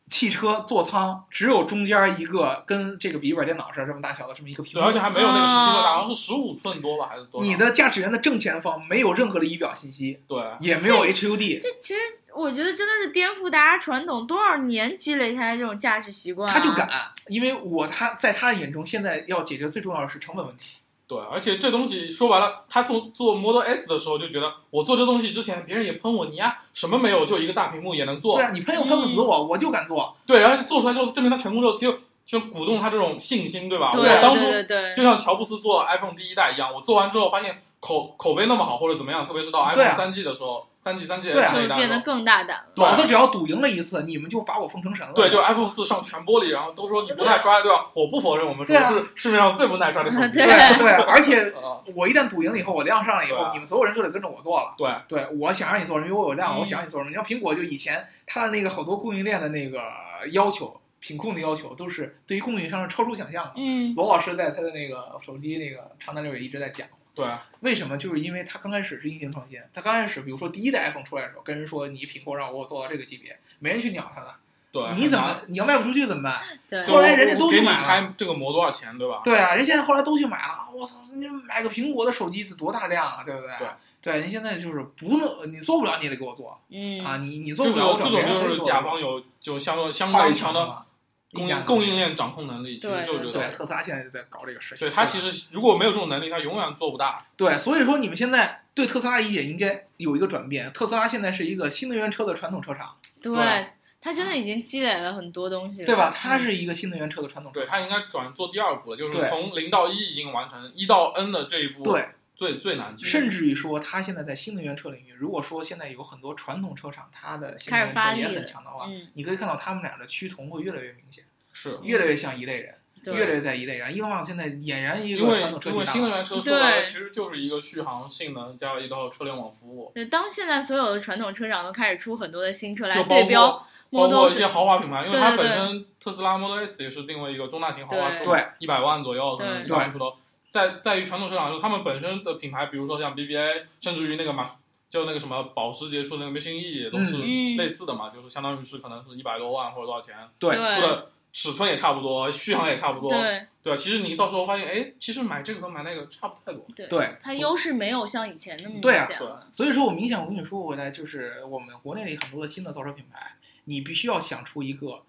汽车座舱只有中间一个跟这个笔记本电脑似的这么大小的这么一个屏幕， 对，而且还没有那个17寸大，好像是15寸多吧，还是多少？ 你的驾驶员的正前方没有任何的仪表信息， 对， 也没有 HUD。 这其实我觉得真的是颠覆大家传统多少年积累下来这种驾驶习惯。 他就敢，因为他在他的眼中，现在要解决最重要的是成本问题。 对，而且这东西说白了，他从做 Model S 的时候就觉得，我做这东西之前别人也喷我，你呀什么没有，就一个大屏幕也能做。 对啊，你喷又喷不死我，我就敢做。 对，然后做出来之后证明他成功之后，其实就鼓动他这种信心，对吧？ 对我当初就像乔布斯做 iPhone 第1代一样，我做完之后发现口碑那么好或者怎么样，特别是到 iPhone 3G 的时候。3G 对啊， 就变得更大胆了。 老子只要赌赢了一次，你们就把我奉成神了。 对，就 iPhone 4上全玻璃，然后都说你不耐摔，对吧？我不否认，我们说是市面上最不耐摔的手机。 对，而且我一旦赌赢了以后，我量上了以后，你们所有人就得跟着我做了。对，我想让你做什么，因为我有量，我想让你做什么。你像苹果，就以前它的那个好多供应链的那个要求。品控的要求都是对于供应商是超出想象的。罗老师在他的那个手机那个长谈里也一直在讲。 对， 为什么？就是因为他刚开始是硬性创新，他刚开始，比如说第1代 iPhone 出来的时候，跟人说你品控让我做到这个级别，没人去鸟他的。 对， 你要卖不出去怎么办？ 对， 后来人家都去买了。 给你开这个膜多少钱，对吧？ 对啊，人现在后来都去买了。我操，你买个苹果的手机多大量啊，对不对？对，您现在就是不能，你做不了，你也得给我做。你做不了， 这种就是甲方有就相当强的。供应链掌控能力， 对， 对，特斯拉现在就在搞这个事情。 对，他其实如果没有这种能力，他永远做不大。 对，所以说你们现在对特斯拉理解应该有一个转变。特斯拉现在是一个新能源车的传统车厂。 对，他真的已经积累了很多东西了， 对吧？他是一个新能源车的传统车厂。 对，他应该做第2步了，就是从0到1已经完成，1到 N 的这一步。 对。 最难， 甚至于说，他现在在新能源车领域，如果说现在有很多传统车厂，它的新能源车也很强的话，你可以看到他们俩的趋同会越来越明显， 是越来越像一类人，越来越在一类人。伊隆马斯现在俨然一个传统车企， 因为新能源车说白了其实就是一个续航性能加一套车联网服务。 对，当现在所有的传统车厂都开始出很多的新车来对标， 包括一些豪华品牌，因为它本身特斯拉 Model S 也是定位一个中大型豪华车，100万左右，可能100万出头。在于传统车厂，就是他们本身的品牌，比如说像 BBA， 甚至于那个就那个什么保时捷出的那个 Mission E 也都是类似的嘛，就是相当于是可能是100多万或者多少钱， 对， 出的尺寸也差不多，续航也差不多，对，其实你到时候发现，哎，其实买这个和买那个差不太多， 对， 它优势没有像以前那么明显了。所以说我明显，我跟你说回来，就是我们国内里很多的新的造车品牌，你必须要想出一个，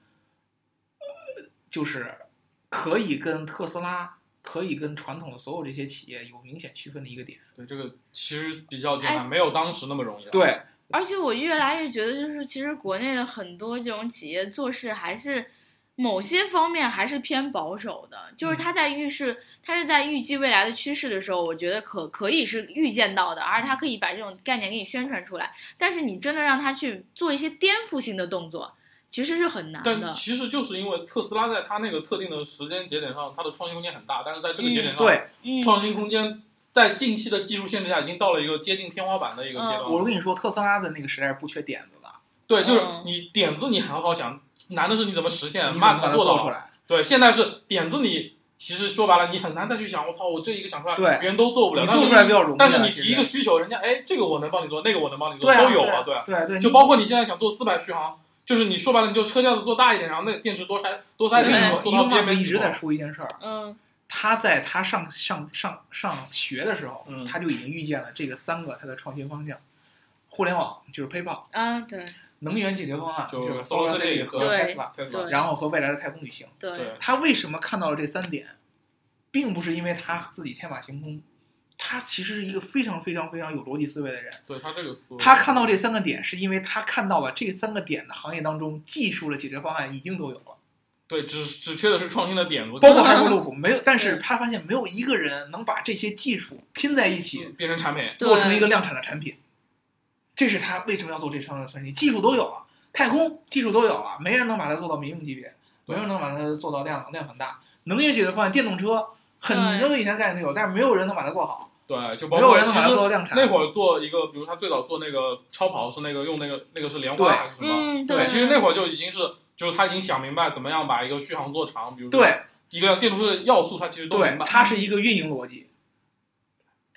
就是可以跟特斯拉。可以跟传统的所有这些企业有明显区分的一个点。 对，这个其实比较简单，没有当时那么容易。 对， 而且我越来越觉得，就是其实国内的很多这种企业做事还是某些方面还是偏保守的，就是他是在预计未来的趋势的时候，我觉得可以是预见到的，而他可以把这种概念给你宣传出来。但是你真的让他去做一些颠覆性的动作，其实是很难的。 但其实就是因为特斯拉在它那个特定的时间节点上，它的创新空间很大，但是在这个节点上，创新空间在近期的技术限制下，已经到了一个接近天花板的一个阶段。 我跟你说，特斯拉的那个时代不缺点子的。 对，就是你点子你很好想，难的是你怎么实现， 你怎么做到出来。 对，现在是点子你。其实说白了，你很难再去想，我操，我这一个想出来， 对， 别人都做不了。 你做出来比较容易。 但是你提一个需求，人家哎，这个我能帮你做，那个我能帮你做， 都有了， 对。 就包括你现在想做400续航，就是你说白了，你就车架子做大一点，然后那个电池多塞点，做到边边。 一直在说一件事儿，他在他上学的时候，他就已经预见了这个3个他的创新方向：互联网就是 PayPal 啊，对。 能源解决方案就是 SolarCity 和 Tesla， 然后和未来的太空旅行。 对， 他为什么看到了这3点，并不是因为他自己天马行空，他其实是一个非常非常非常有逻辑思维的人。 对，他这个思维， 他看到这3个点，是因为他看到了这3个点的行业当中，技术的解决方案已经都有了。 对，只缺的是创新的点子， 包括Hyperloop没有，但是他发现没有一个人能把这些技术拼在一起， 变成产品， 做成一个量产的产品。这是他为什么要做这商业分析，技术都有了，太空技术都有了，没人能把它做到民用级别，没人能把它做到量很大。能源解决方案，电动车很多以前概念有，但是没有人能把它做好。 对，就包括没有人能把它做到量产。 那会儿做一个，比如他最早做那个超跑是那个用那个是莲花还是什么？ 对， 其实那会儿就已经是，就是他已经想明白怎么样把一个续航做长，比如说对一个电动车的要素，他其实都明白。 它是一个运营逻辑。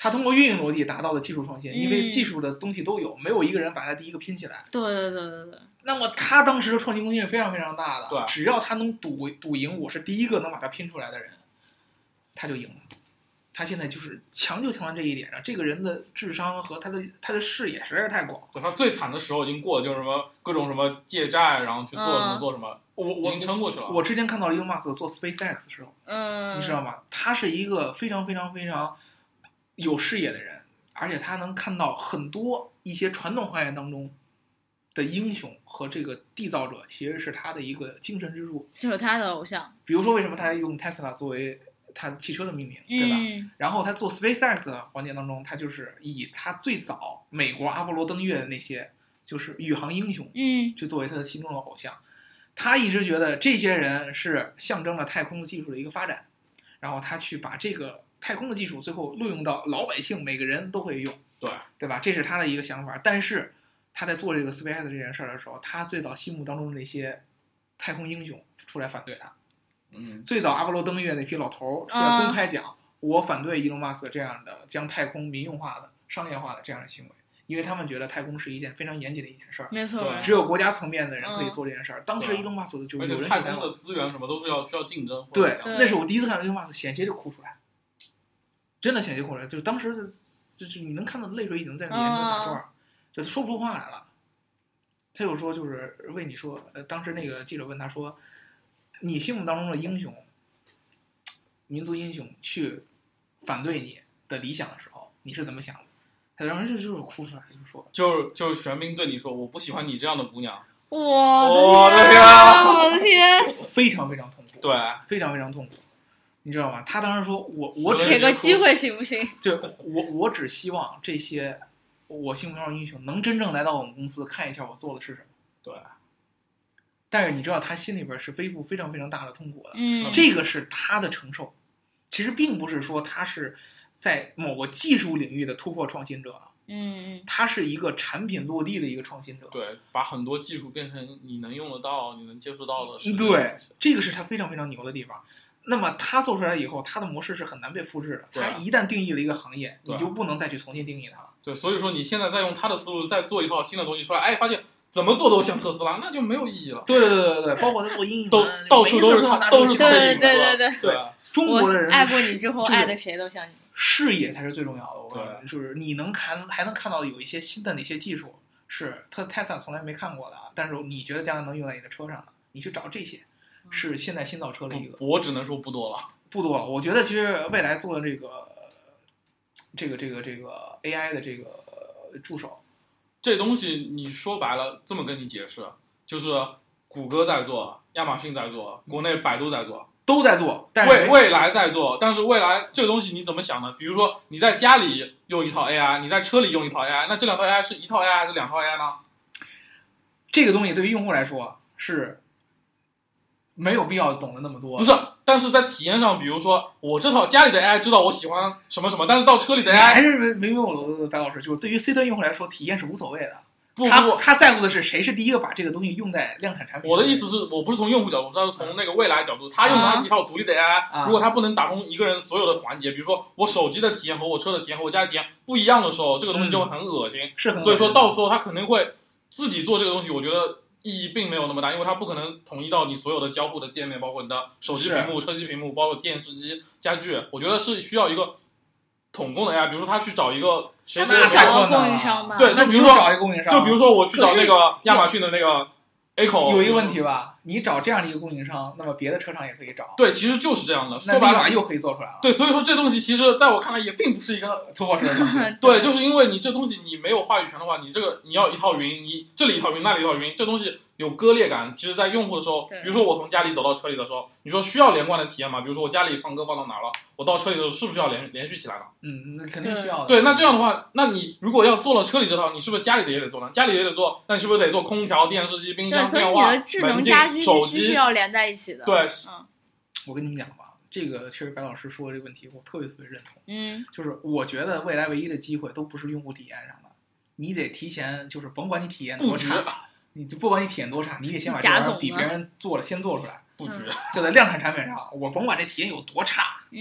它通过运营逻辑达到了技术创新，因为技术的东西都有，没有一个人把它第一个拼起来。 对对对对对。 那么他当时的创新空间是非常非常大的， 对， 只要他能赌赢我是第一个能把它拼出来的人，他就赢了。他现在就是强就强在这一点上，这个人的智商和他的视野实在是太广。 对，他最惨的时候已经过了，就是什么各种什么借债，然后去做什么做什么，已经撑过去了。 我之前看到了 Elon Musk 做 SpaceX 的时候，你知道吗？他是一个非常非常非常有视野的人，而且他能看到很多一些传统行业当中的英雄和这个缔造者，其实是他的一个精神支柱， 就是他的偶像。 比如说，为什么他用 Tesla 作为他汽车的命名，对吧？然后他做 SpaceX 的环节当中，他就是以他最早美国阿波罗登月的那些就是宇航英雄，去作为他的心中的偶像。他一直觉得这些人是象征了太空的技术的一个发展，然后他去把这个太空的技术最后录用到老百姓每个人都会用，对吧？这是他的一个想法。但是他在做这个 SpaceX 这件事的时候，他最早心目当中的那些太空英雄出来反对他。最早阿波罗登月那批老头出来公开讲，我反对伊隆马斯克这样的将太空民用化的、商业化的这样的行为，因为他们觉得太空是一件非常严谨的一件事儿， 没错， 只有国家层面的人可以做这件事儿。当时伊隆马斯克就有人太空的资源什么都是需要竞争。 对，那是我第一次看到伊隆马斯克险些就哭出来，真的险些哭出来，就是当时就是你能看到泪水已经在眼睛打转，就说不出话来了。他有说就是为你说，当时那个记者问他说，你心目当中的英雄，民族英雄去反对你的理想的时候，你是怎么想的？他当时就是哭出来，就说， 就是玄彬对你说，我不喜欢你这样的姑娘。 我的天，我的天， 非常非常痛苦， 对， 非常非常痛苦，你知道吗？他当时说，我给个机会行不行？ 就我只希望这些我心目中的英雄能真正来到我们公司看一下我做的是什么。 对。 但是你知道他心里边是背负非常非常大的痛苦的，这个是他的承受，其实并不是说他是在某个技术领域的突破创新者，他是一个产品落地的一个创新者， 对，把很多技术变成你能用得到、你能接触到的事， 对，这个是他非常非常牛的地方。那么他做出来以后，他的模式是很难被复制的，他一旦定义了一个行业，你就不能再去重新定义它了。 对，所以说你现在再用他的思路再做一套新的东西出来，哎，发现怎么做都像特斯拉，那就没有意义了。 对，包括他做英语都到处都是他的对。 对，中国的人爱过你之后，爱的谁都像你。 视野才是最重要的，我告诉你，就是你还能看到有一些新的哪些技术是Tesla 从来没看过的，但是你觉得将来能用在你的车上的，你去找这些，是现在新造车的一个。 我只能说不多了。 我觉得其实未来做的这个 AI 的这个助手， 这东西你说白了这么跟你解释，就是谷歌在做，亚马逊在做，国内百度在做。 都在做，但是未来在做，但是未来这个东西你怎么想呢？比如说你在家里用一套 AI， 你在车里用一套 AI， 那这两套 AI 是一套 AI 还是两套 AI 呢？ 这个东西对于用户来说是没有必要懂得那么多。 不是，但是在体验上，比如说我这套家里的 AI 知道我喜欢什么什么，但是到车里的 AI 还是没问我白老师，就是对于 C 端用户来说，体验是无所谓的。 不， 他在乎的是谁是第一个把这个东西用在量产产品。 我的意思是我不是从用户角度，我是从那个未来角度，他用他一套独立的 AI，如果他不能打通一个人所有的环节，比如说我手机的体验和我车的体验和我家的体验不一样的时候，这个东西就会很恶心。 是很恶心。 所以说到时候他肯定会自己做这个东西，我觉得意义并没有那么大，因为它不可能统一到你所有的交互的界面，包括你的手机屏幕、车机屏幕，包括电视机、家具，我觉得是需要一个统共的 AI， 比如说他去找一个谁是找供应商吧？ 对，就比如说找一个供应商， 就比如说我去找那个亚马逊的那个 Echo， 有一个问题吧，你找这样的一个供应商，那么别的车厂也可以找。 对，其实就是这样的， 说白了又可以做出来了。 对，所以说这东西其实在我看来也并不是一个突破式的东西。 对，就是因为你这东西你没有话语权的话，你这个你要一套云，你这里一套云，那里一套云，这东西有割裂感。其实，在用户的时候，比如说我从家里走到车里的时候，你说需要连贯的体验吗？比如说我家里放歌放到哪了，我到车里的时候是不是要连续起来呢？ 那肯定需要的。 对，那这样的话，那你如果要做了车里这套，你是不是家里的也得做呢？家里也得做，那你是不是得做空调、电视机、冰箱、电话、 智能家居手机是要连在一起的。 对， 我跟你们讲吧，这个其实白老师说的这个问题，我特别认同。就是我觉得未来唯一的机会都不是用户体验上的，你得提前，就是甭管你体验多差，你就不管你体验多差，你得先把这玩意儿比别人做了先做出来。 布局就在量产产品上，我甭管这体验有多差，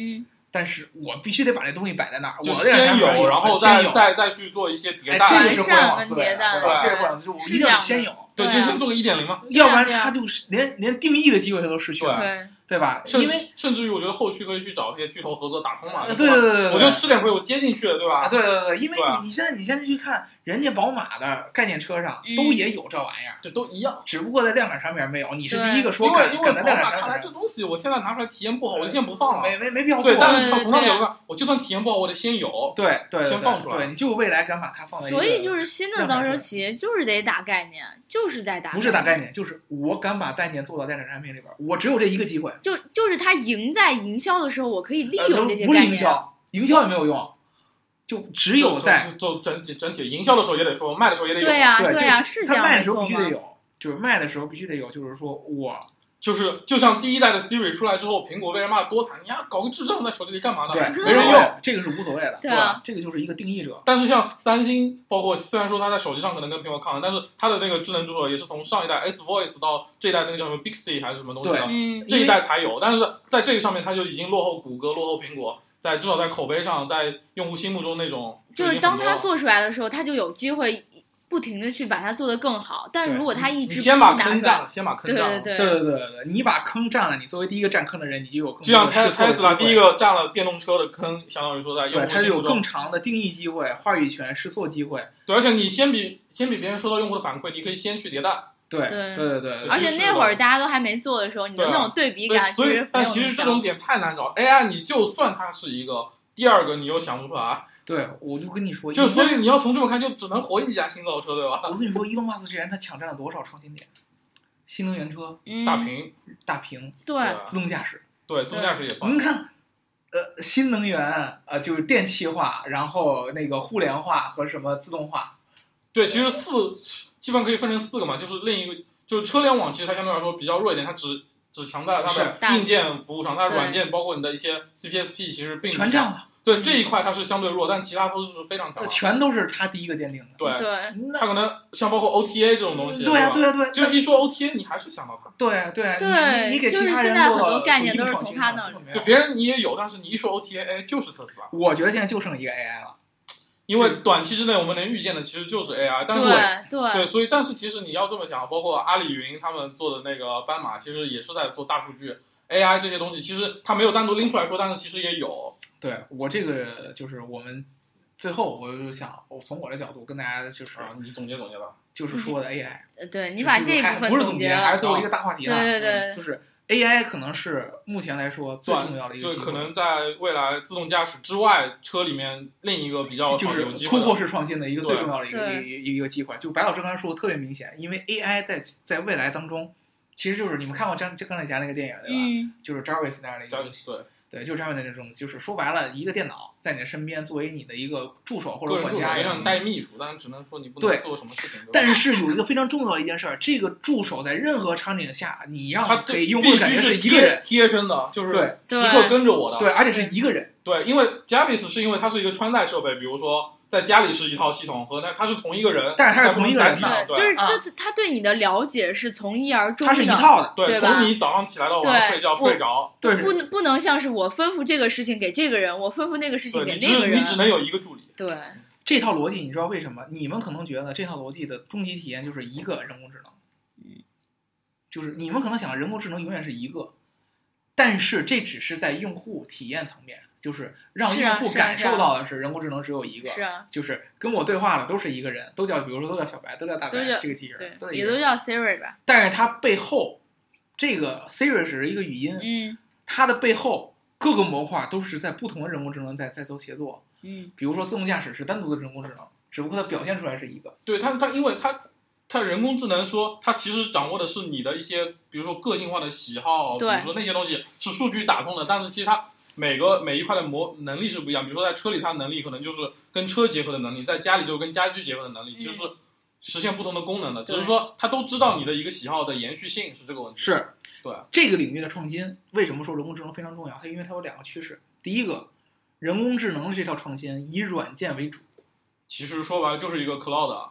但是我必须得把这东西摆在那儿，我先有，然后再去做一些迭代， 这是互联网思维，对吧？这是互联网，就我一定要先有， 对，就先做个 1.0 嘛， 要不然它就连定义的机会它都失去了，对吧？因为甚至于我觉得后续可以去找一些巨头合作打通嘛， 对， 我就吃点亏，我接进去了，对吧？ 对，因为你现在去看人家宝马的概念车上都也有这玩意儿， 这都一样， 只不过在量产上面没有。你是第一个说， 因为宝马看来这东西我现在拿出来体验不好，我就先不放了， 没必要做。 对，但是它从它角度上，我就算体验不好，我得先有， 对， 先放出来。 对，你就未来敢把它放在。 所以就是新的造车企业就是得打概念，就是在打， 不是打概念，就是我敢把概念做到量产产品里边，我只有这一个机会。 就是它赢在营销的时候，我可以利用这些概念。 不是营销也没有用。就只有在做整体营销的时候也得说，卖的时候也得有。 对呀，是这样。 他卖的时候必须得有，就是卖的时候必须得有，就是说我就像第一代的 Siri 出来之后，苹果被人骂多惨，你呀搞个智障在手机里干嘛呢？ 对， 没人用， 这个是无所谓的， 对吧？ 这个就是一个定义者。 但是像三星，包括虽然说它在手机上可能跟苹果抗衡，但是它的那个智能助手也是从上一代 S Voice 到这一代那个叫什么 Bixby 还是什么东西的，这一代才有。但是在这个上面，它就已经落后谷歌，落后苹果。至少在口碑上，在用户心目中那种， 就是当他做出来的时候，他就有机会不停的去把它做得更好。但是如果他一直先把坑占了， 对， 你把坑占了，你作为第一个占坑的人，你就有更就像Tesla第一个占了电动车的坑，相当于说在用户心目中， 它有更长的定义机会、话语权、试错机会。 对，而且你先比别人收到用户的反馈，你可以先去迭代。 对， 而且那会儿大家都还没做的时候，你的那种对比感， 但其实这种点太难找。AI 你就算它是一个，第二个你又想不出来。 对，我就跟你说， 所以你要从这么看，就只能活一家新造车，对吧？ 我跟你说，伊隆马斯之前他抢占了多少创新点？新能源车，大屏， 对， 自动驾驶， 对，自动驾驶也算。 你看，新能源就是电气化，然后那个互联化和什么自动化。 对，其实基本可以分成4个嘛，就是另一个就是车联网，其实它相对来说比较弱一点，它只强在它的硬件服务上，它的软件包括你的一些 CPSP 其实并不全占了。 对，这一块它是相对弱，但其他都是非常强。 全都是它第一个奠定的。 对，它可能像包括 OTA 这种东西。 对啊， 就一说 OTA， 你还是想到它。 对，你给其他人就是现在很多概念都是从它那儿。 对，别人你也有，但是你一说 OTA， 就是特斯拉。 我觉得现在就剩一个 AI 了。 因为短期之内我们能预见的其实就是 AI， 但是对，所以但是其实你要这么想，包括阿里云他们做的那个斑马，其实也是在做大数据 AI 这些东西，其实它没有单独拎出来说，但是其实也有。 对，我这个就是我们最后我就想，从我的角度跟大家就是你总结吧， 就是说的 AI， 对你把这一部分不是总结，还是作为一个个大话题了。对， 就是 AI 可能是目前来说最重要的一个机会， 可能在未来自动驾驶之外，车里面另一个比较就是突破式创新的一个最重要的一个机会。就白老师刚才说的特别明显，因为 AI 在未来当中，其实就是你们看过钢铁侠那个电影对吧？就是 Jarvis 那样的一个东西。对，就是这样的那种，就是说白了，一个电脑在你的身边，作为你的一个助手或者管家一样带秘书，但是只能说你不能做什么事情。 但是有一个非常重要的一件事，这个助手在任何场景下，你让他可以用户感觉是一个人贴身的，就是对时刻跟着我的， 对，而且是一个人。 对，因为 Jarvis 是因为它是一个穿戴设备，比如说。在家里是一套系统，和他是同一个人， 但是他是同一个人的， 就是他对你的了解是从一而终的， 他是一套的， 对，从你早上起来到晚上睡觉睡着， 对， 不能像是我吩咐这个事情给这个人，我吩咐那个事情给那个人， 你只能有一个助理。 对， 这套逻辑你知道为什么？你们可能觉得这套逻辑的终极体验就是一个人工智能，就是你们可能想人工智能永远是一个，但是这只是在用户体验层面。就是让用户感受到的是人工智能只有一个，就是跟我对话的都是一个人，都叫比如说都叫小白，都叫大白，这个机器人也都叫 Siri 吧。 但是它背后这个 Siri 是一个语音，它的背后各个模块都是在不同的人工智能在做协作。比如说自动驾驶是单独的人工智能，只不过它表现出来是一个。 对它因为它人工智能说它其实掌握的是你的一些比如说个性化的喜好，比如说那些东西是数据打通的，但是其实它。每一块的能力是不一样，比如说在车里它的能力可能就是跟车结合的能力，在家里就跟家居结合的能力，其实是实现不同的功能的，只是说它都知道你的一个喜好的延续性是这个问题。 是， 对这个领域的创新，为什么说人工智能非常重要？因为它有2个趋势。第一个，人工智能这套创新以软件为主， 其实说白了就是一个 cloud，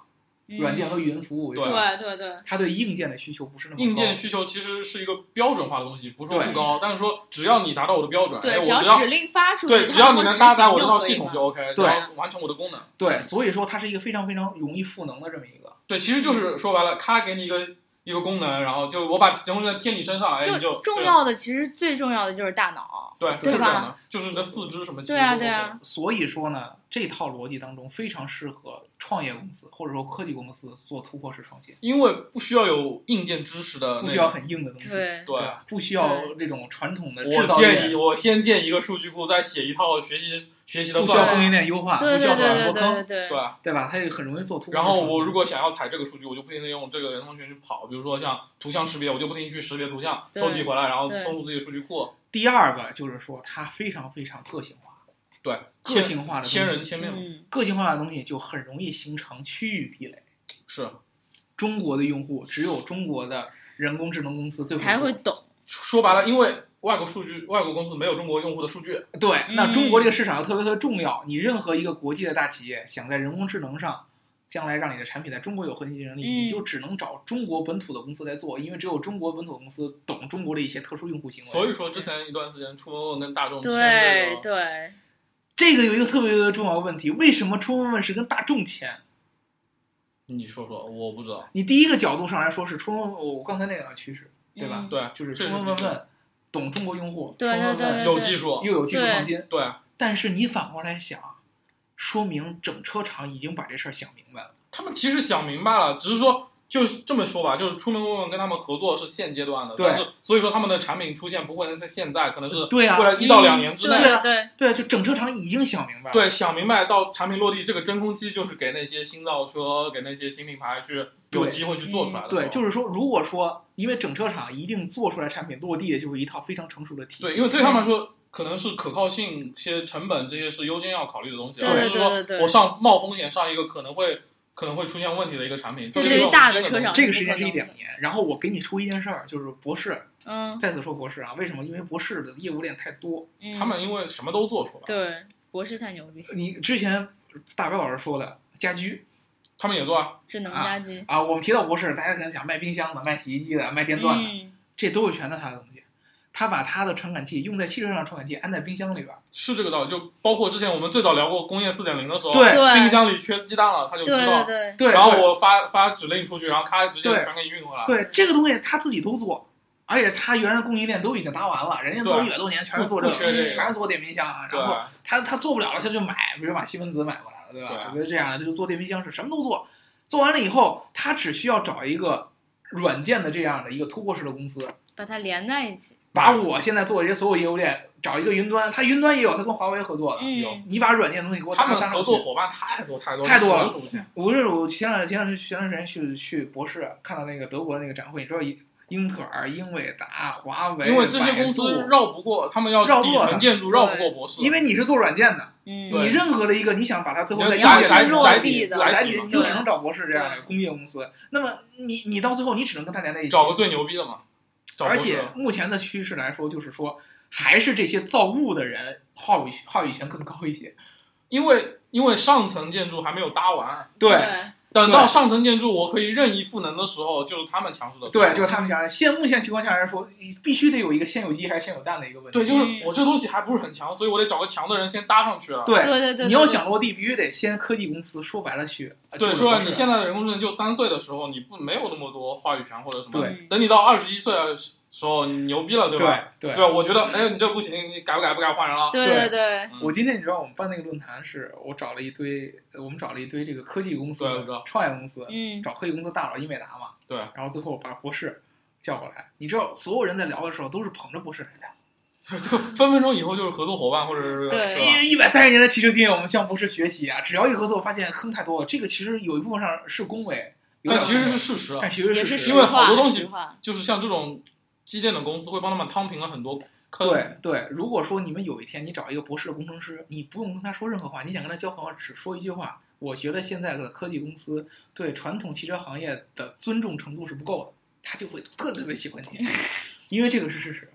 软件和云服务， 对， 它对硬件的需求不是那么高。 硬件需求其实是一个标准化的东西，不是说不高，但是说只要你达到我的标准， 对， 只要指令发出去， 对，只要你能搭载我这套系统就 OK， 对， 完成我的功能。 对，所以说它是一个非常非常容易赋能的这么一个。 对，其实就是说白了，它给你一个功能，然后就我把人工智能贴你身上，哎，你就重要的其实最重要的就是大脑， 对吧？ 就是你的四肢什么。 对啊。 所以说呢，这套逻辑当中非常适合创业公司或者说科技公司做突破式创新， 因为不需要有硬件知识的， 不需要很硬的东西， 对吧？不需要这种传统的制造业。 我先建一个数据库，再写一套学习的， 不需要供应链优化，不需要走很多坑， 对吧？它也很容易做突破。 然后我如果想要采这个数据，我就不停地用这个人工智能去跑，比如说像图像识别，我就不停地去识别图像，收集回来，然后丰富自己的数据库。 第二个就是说，它非常非常个性化。 对， 个性化的千人千面， 个性化的东西就很容易形成区域壁垒。 是， 中国的用户只有中国的人工智能公司最才会懂。 说白了，因为外国公司没有中国用户的数据。 对，那中国这个市场又特别特别重要。你任何一个国际的大企业想在人工智能上，将来让你的产品在中国有核心竞争力，你就只能找中国本土的公司来做，因为只有中国本土的公司懂中国的一些特殊用户行为。 所以说，之前一段时间，出门问跟大众签对。 这个有一个特别特别重要的问题，为什么出门问是跟大众签？ 你说，我不知道。 你第一个角度上来说是出门，我刚才那个趋势，对吧？ 对， 就是出门问，懂中国用户， 对， 有技术， 又有技术创新， 对。 但是你反过来想，说明整车厂已经把这事儿想明白了。 他们其实想明白了，只是说。就是这么说吧，就是出门问问跟他们合作是现阶段的，但是所以说他们的产品出现不会是现在，可能是未来1到2年之内。 对，就整车厂已经想明白了。 对，想明白到产品落地，这个真空期就是给那些新造车、给那些新品牌去有机会去做出来的。 对，就是说，如果说因为整车厂一定做出来产品落地，就是一套非常成熟的体系。 对，因为对他们来说，可能是可靠性、些成本这些是优先要考虑的东西， 而不是说我冒风险上一个可能会出现问题的一个产品， 这对于大的车厂， 这个时间是1-2年。然后我给你说一件事儿，就是博士，再次说博士啊，为什么？因为博士的业务链太多， 他们因为什么都做出来。 对，博士太牛逼。 你之前大白老师说的家居， 他们也做啊， 智能家居啊。我们提到博士，大家可能想卖冰箱的、卖洗衣机的、卖电钻的，这都是全在他的东西。他把他的传感器用在汽车上的传感器安在冰箱里边， 是这个道理。就包括之前我们最早聊过工业4.0的时候， 对， 冰箱里缺鸡蛋了，他就知道， 对， 然后我发指令出去，然后咔直接传给你运回来。 对，这个东西他自己都做，而且他原来供应链都已经搭完了，人家做100多年全是做这个，全是做电冰箱啊。然后他做不了了，他就买，比如把西门子买过来了，对吧？我觉得这样的他就做电冰箱是什么都做，做完了以后，他只需要找一个软件的这样的一个突破式的公司， 把它连在一起。 把我现在做的这些所有业务链找一个云端，他云端也有，他跟华为合作的，你把软件东西给我打上去。 他们合作伙伴太多了。我前段时间去博士看到那个德国的那个展会，你知道英特尔、英伟达、华为， 因为这些公司绕不过，他们要底层建筑绕不过博士， 因为你是做软件的，你任何的一个你想把它最后在落地的， 你就只能找博士这样的工业公司。那么你到最后你只能跟他连在一起， 找个最牛逼的嘛。 而且目前的趋势来说，就是说，还是这些造物的人话语权更高一些， 因为上层建筑还没有搭完。 对， 等到上层建筑我可以任意赋能的时候，就是他们强势的时候。 对，就是他们强势。目前情况下来说，必须得有一个先有鸡还是先有蛋的一个问题。 对，就是我这东西还不是很强，所以我得找个强的人先搭上去了。 对， 你要想落地，必须得先科技公司说白了去。 对，说你现在的人工智能就3岁的时候，你没有那么多话语权或者什么。 对， 等你到21岁的时候，你牛逼了，对吧？ 对吧？我觉得，哎，你这不行，你改不改换人了。 对。 我今天你知道我们办那个论坛是，我们找了一堆这个科技公司、创业公司，找科技公司大佬英伟达嘛。 对。 然后最后把博士叫过来，你知道所有人在聊的时候都是捧着博士来聊， 分分钟以后就是合作伙伴或者是对 130年的汽车经验，我们向博士学习啊！只要一合作，发现坑太多了。这个其实有一部分上是恭维， 但其实是事实啊。 但其实是事实， 因为好多东西就是像这种机电的公司会帮他们趟平了很多坑。 对，如果说你们有一天你找一个博士的工程师，你不用跟他说任何话，你想跟他交朋友，只说一句话，我觉得现在的科技公司对传统汽车行业的尊重程度是不够的，他就会特别喜欢你，因为这个是事实。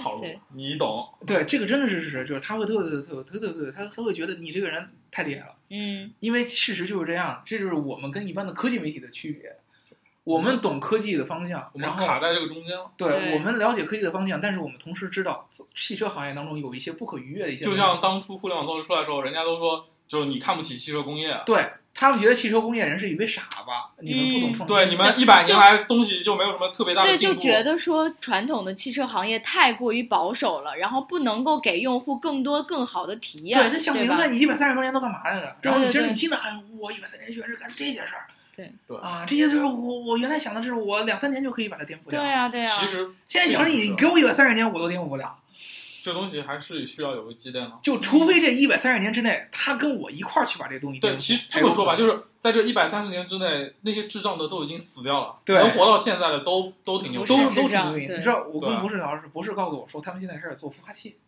套路，你懂。 对，这个真的是就是他会特别，他会觉得你这个人太厉害了。因为事实就是这样，这就是我们跟一般的科技媒体的区别。我们懂科技的方向， 我们卡在这个中间了。 对，我们了解科技的方向，但是我们同时知道汽车行业当中有一些不可逾越的一些。 就像当初互联网造车出来的时候，人家都说，就是你看不起汽车工业。 对，他们觉得汽车工业人是一堆傻子，你们不懂创新。 对，你们100年来东西就没有什么特别大的进步。 对，就觉得说传统的汽车行业太过于保守了，然后不能够给用户更多更好的体验。 对，他想明白你130多年都干嘛来着？然后你真是你进来，我130年居然是干这些事儿。 对啊，这些就是我原来想的是我2-3年就可以把它颠覆掉。 对啊。 其实现在想你给我130年我都颠覆不了。 这东西还是需要有个积淀的。 就除非这130年之内，他跟我一块儿去把这东西颠覆。 对，其实这么说吧，就是在这130年之内，那些智障的都已经死掉了， 对， 能活到现在的都挺牛， 都挺牛逼。你知道，我跟博士聊，博士告诉我说，他们现在开始做孵化器。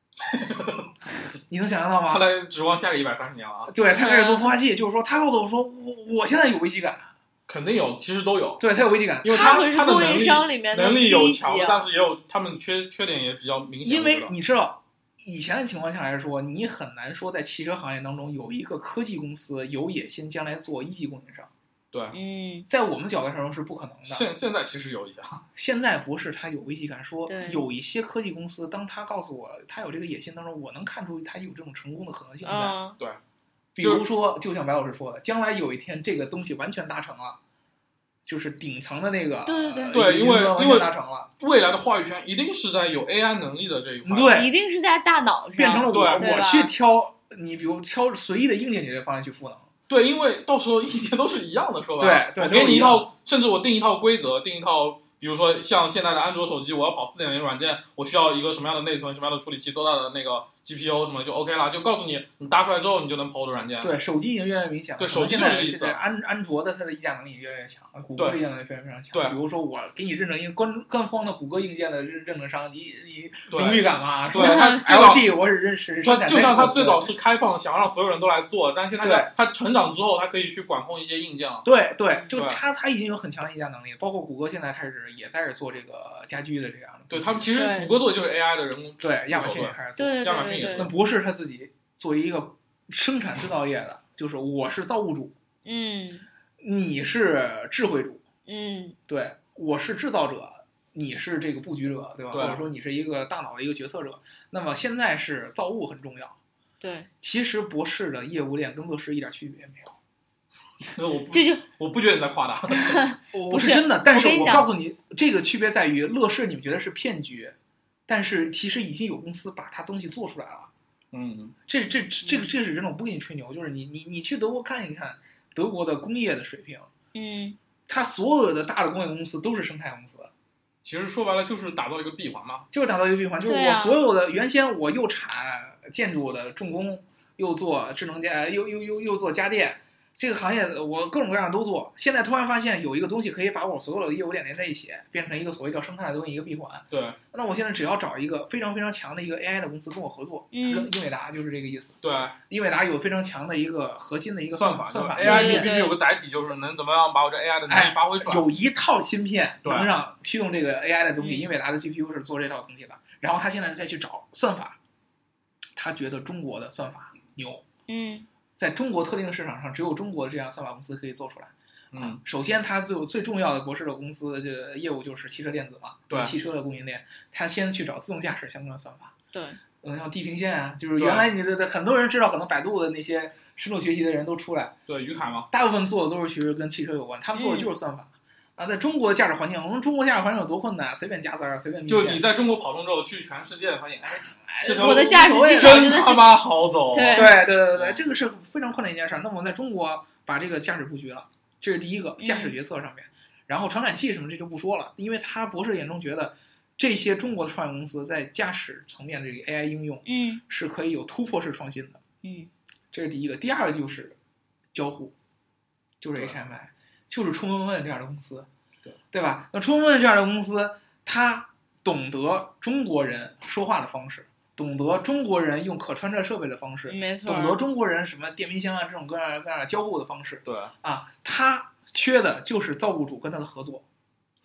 你能想象到吗？ 他来指望下个130年了啊！ 对，他开始做孵化器，就是说，他告诉我说，我现在有危机感。 肯定有，其实都有。 对，他有危机感， 因为他可是供应商里面的能力有强，但是也有他们缺点也比较明显。 因为你知道，以前的情况下来说，你很难说在汽车行业当中有一个科技公司有野心将来做一级供应商。 对， 在我们角度上是不可能的。 现在其实有一家， 现在博士他有危机感，说有一些科技公司，当他告诉我他有这个野心当中，我能看出他有这种成功的可能性在。 对， 比如说，就像白老师说的，将来有一天这个东西完全达成了，就是顶层的那个， 对，因为达成了， 未来的话语权一定是在有 AI 能力的这一块， 对， 一定是在大脑上， 变成了我去挑，你比如挑随意的硬件解决方案去赋能。 对，因为到时候意见都是一样的，说吧，对， 我给你一套，甚至我定一套规则，定一套，比如说像现在的安卓手机，我要跑4.0软件，我需要一个什么样的内存，什么样的处理器，多大的那个 GPU 什么就 OK 了，就告诉你，你搭出来之后你就能跑我的软件。 对，手机已经越来越明显了。 对，手机就是这个意思。安卓的它的议价能力越来越强，谷歌的议价能力非常非常强。 对， 比如说我给你认证一个官方的谷歌硬件的认证商，你荣誉感嘛？ 对 ，LG 我是认识。 就像它最早是开放，想让所有人都来做，但现在它成长之后，它可以去管控一些硬件了。 对，就它已经有很强的议价能力，包括谷歌现在开始也在做这个家居的这样的。 对，他们其实谷歌做的就是 AI 的人工。 对，亚马逊也开始做， 亚马逊也是。 那博士他自己作为一个生产制造业的，就是我是造物主，你是智慧主，对，我是制造者，你是这个布局者，对吧？或者说你是一个大脑的一个决策者。那么现在是造物很重要， 对。 其实博士的业务链跟乐视一点区别也没有。 我不觉得你在夸大， 我是真的，但是我告诉你，这个区别在于乐视你们觉得是骗局，但是其实已经有公司把它东西做出来了。这是真的，我不跟你吹牛，就是你去德国看一看德国的工业的水平，它所有的大的工业公司都是生态公司。 其实说白了就是打造一个闭环嘛， 就是打造一个闭环，就是我所有的原先我又产建筑的重工，又做智能家，又做家电。这个行业我各种各样的都做，现在突然发现有一个东西可以把我所有的业务链连在一起，变成一个所谓叫生态的东西，一个闭环。 对， 那我现在只要找一个非常非常强的一个 AI 的公司跟我合作，跟英伟达就是这个意思。 对， 英伟达有非常强的一个核心的一个算法 ，AI 就必须有个载体，就是能怎么样把我这 AI 的能力发挥出来。 有一套芯片能让驱动这个 AI 的东西，英伟达的 GPU 是做这套东西的。然后他现在再去找算法，他觉得中国的算法牛。在中国特定的市场上，只有中国的这样算法公司可以做出来。首先，它最重要的博士的公司的业务就是汽车电子嘛， 对， 汽车的供应链，他先去找自动驾驶相关的算法。 对， 像地平线啊，就是原来你的很多人知道，可能百度的那些深度学习的人都出来。 对，于凯嘛， 大部分做的都是其实跟汽车有关，他们做的就是算法。在中国的驾驶环境，我们中国驾驶环境有多困难？随便加塞，随便。 就你在中国跑通之后，去全世界发现， 我的驾驶技术真他妈好走。 对，这个是非常困难一件事。那么在中国把这个驾驶布局了，这是第一个驾驶决策上面。然后传感器什么这就不说了，因为他博士眼中觉得这些中国的创业公司在驾驶层面的这个 AI 应用，是可以有突破式创新的。这是第一个。第二个就是交互，就是 HMI。就是冲问问这样的公司，对吧？那冲问问这样的公司，他懂得中国人说话的方式，懂得中国人用可穿戴设备的方式， 没错， 懂得中国人什么电冰箱啊这种各样的交互的方式。 对啊，他缺的就是造物主跟他的合作。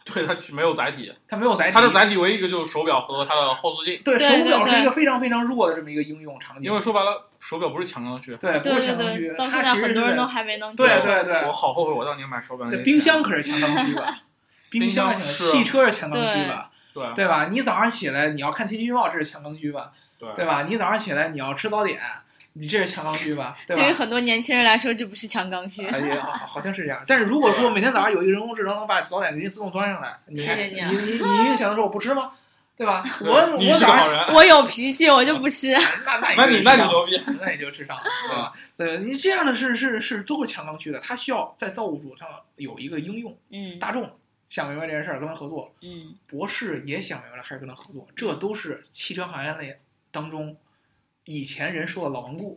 对，它没有载体， 它没有载体， 它的载体唯一一个就是手表和它的后视镜。 对，手表是一个非常非常弱的这么一个应用场景。 因为说白了，手表不是强刚需。 对，不是强刚需。 到现在很多人都还没能。 对对对， 我好后悔我当年买手表。 冰箱可是强刚需吧？冰箱是。 汽车是强刚需吧？ 对。 对吧？你早上起来你要看天气预报，这是强刚需吧？对吧？你早上起来你要吃早点。你这是强刚需吧？对吧？ 对于很多年轻人来说，这不是强刚需。 好像是这样。但是如果说每天早上有一个人工智能能把早点给你自动端上来，你影响的时候我不吃吗？对吧？ 我早上我有脾气，我就不吃。 那你牛逼， 那你就智商了，对吧？对你这样的是都是强刚需的，它需要在造物主上有一个应用。大众想明白这件事儿，跟他合作。博士也想明白了，开始跟他合作，这都是汽车行业内当中。以前人说的老顽固，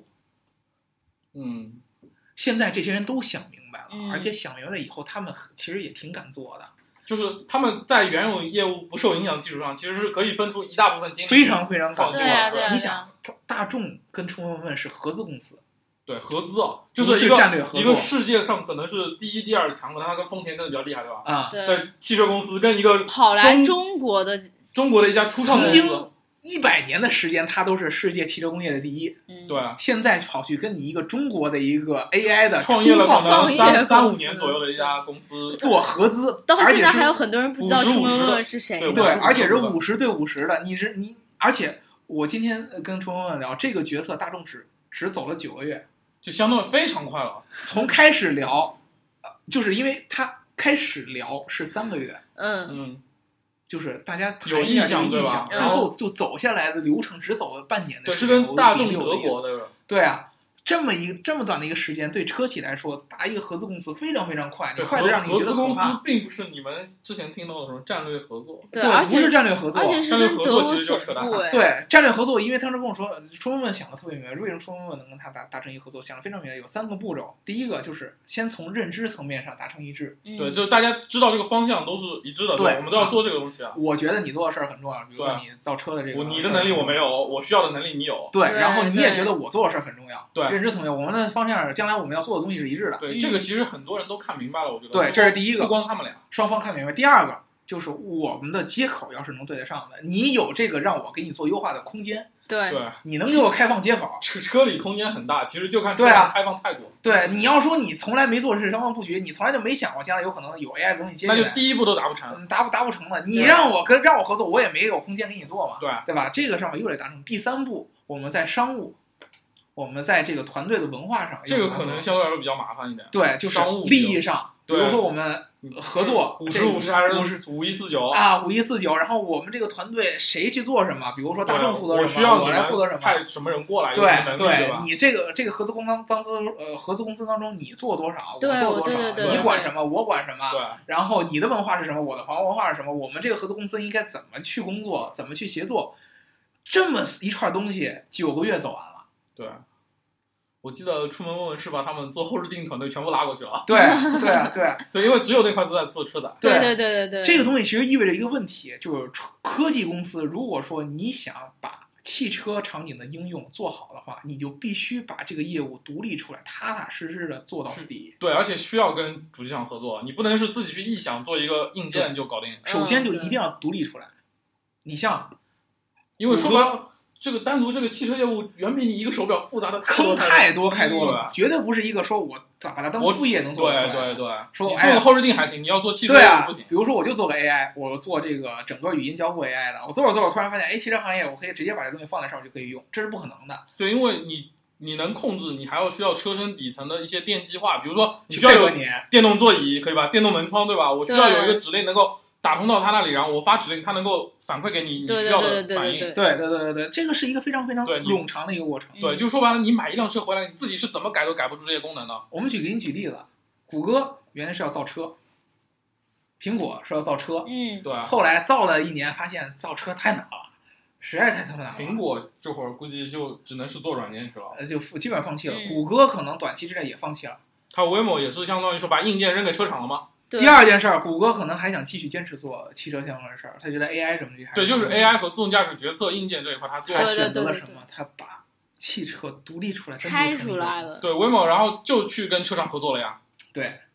现在这些人都想明白了，而且想明白了以后，他们其实也挺敢做的。 就是他们在原有业务不受影响的基础上，其实是可以分出一大部分精力， 非常非常创新的。 你想，大众跟冲锋问是合资公司， 对，合资啊，就是一个战略合作， 一个世界上可能是第一、第二强，可能它跟丰田真的比较厉害，对吧？ 啊， 对，汽车公司跟一个跑来中国的一家初创公司。 100年的时间，它都是世界汽车工业的第一。 对， 现在跑去跟你一个中国的一个 AI 的创业了可能3-5年左右的一家公司做合资， 到现在还有很多人不知道冲锋问问是谁。 对，而且是50对50的。你，而且我今天跟冲锋问聊这个角色，大众只走了9个月， 就相当非常快了。 从开始聊，就是因为他开始聊是3个月。就是大家有意向， 对吧？最后就走下来的流程只走了半年的时间，对，是跟大众德国的。 对啊，这么短的一个时间，对车企来说，打一个合资公司非常非常快，你快的让你觉得可怕。 合资公司并不是你们之前听到的什么战略合作， 对，不是战略合作， 而且是跟德国总部。 对，战略合作，因为当时跟我说，冲锋问想的特别明白，为什么冲锋问能跟他达成一个合作，想的非常明白，有3个步骤。第一个就是先从认知层面上达成一致， 对，就是大家知道这个方向都是一致的，对，我们都要做这个东西啊。 我觉得你做的事儿很重要，比如说你造车的这个， 你的能力我没有，我需要的能力你有， 对，然后你也觉得我做的事儿很重要， 对， 认知层面，我们的方向将来我们要做的东西是一致的， 对，这个其实很多人都看明白了，我觉得， 对，这是第一个， 不光他们俩， 双方看明白。第二个就是我们的接口要是能对得上的，你有这个让我给你做优化的空间。 对， 你能给我开放接口， 车里空间很大，其实就看车上开放态度。 对，你要说你从来没做是双方布局，你从来就没想过将来有可能有 AI 的东西接进来， 那就第一步都达不成， 达不成了。你让我合作，我也没有空间给你做嘛，对吧？这个上面又得达成。第3步，我们在商务，我们在这个团队的文化上， 这个可能相对来说比较麻烦一点。 对，就是利益上，比如说我们合作 50-50还是51-49 啊，51-49。然后我们这个团队谁去做什么？比如说大众负责什么， 我来负责什么， 派什么人过来？ 对，你这个合资公司当中，你做多少，我做多少，你管什么，我管什么。 对。 然后你的文化是什么？我的文化是什么？我们这个合资公司应该怎么去工作？怎么去协作？这么一串东西，9个月走完了。 对。我记得出门问问是把他们做后视镜团队全部拉过去了。 对， 因为只有那块字在做车载。 对。 这个东西其实意味着一个问题，就是科技公司如果说你想把汽车场景的应用做好的话，你就必须把这个业务独立出来，踏踏实实的做到底。 对，而且需要跟主机厂合作，你不能是自己去臆想做一个硬件就搞定。 首先就一定要独立出来。你像， 因为说白了。这个单独这个汽车业务远比你一个手表复杂的坑太多了，绝对不是一个说我把它当副业能做出来。 对， 说你做个后视镜还行，你要做汽车业务不行。 比如说我就做个 AI， 我做这个整个语音交互 AI 的，我做着突然发现，汽车行业我可以直接把这东西放在上面就可以用，这是不可能的。 对，因为你能控制，你还要需要车身底层的一些电机化，比如说你需要有电动座椅，可以吧？电动门窗，对吧？我需要有一个指令能够打通到他那里，然后我发指令，他能够反馈给你需要的反应。 对，这个是一个非常非常冗长的一个过程。 对，就说白了，你买一辆车回来，你自己是怎么改都改不出这些功能的。 我们给你举例子，谷歌原来是要造车，苹果是要造车， 对。 后来造了1年，发现造车太难了，实在是太他妈难了。 苹果这会儿估计就只能是做软件去了， 就基本上放弃了。谷歌可能短期之内也放弃了。 它 Waymo 也是相当于说把硬件扔给车厂了吗？ 第二件事儿，谷歌可能还想继续坚持做汽车相关的事儿，他觉得 AI 什么这些。 对，就是 AI 和自动驾驶决策硬件这一块，他选择了什么？他把汽车独立出来， 拆出来了。 对 ，Waymo 然后就去跟车厂合作了呀。 对，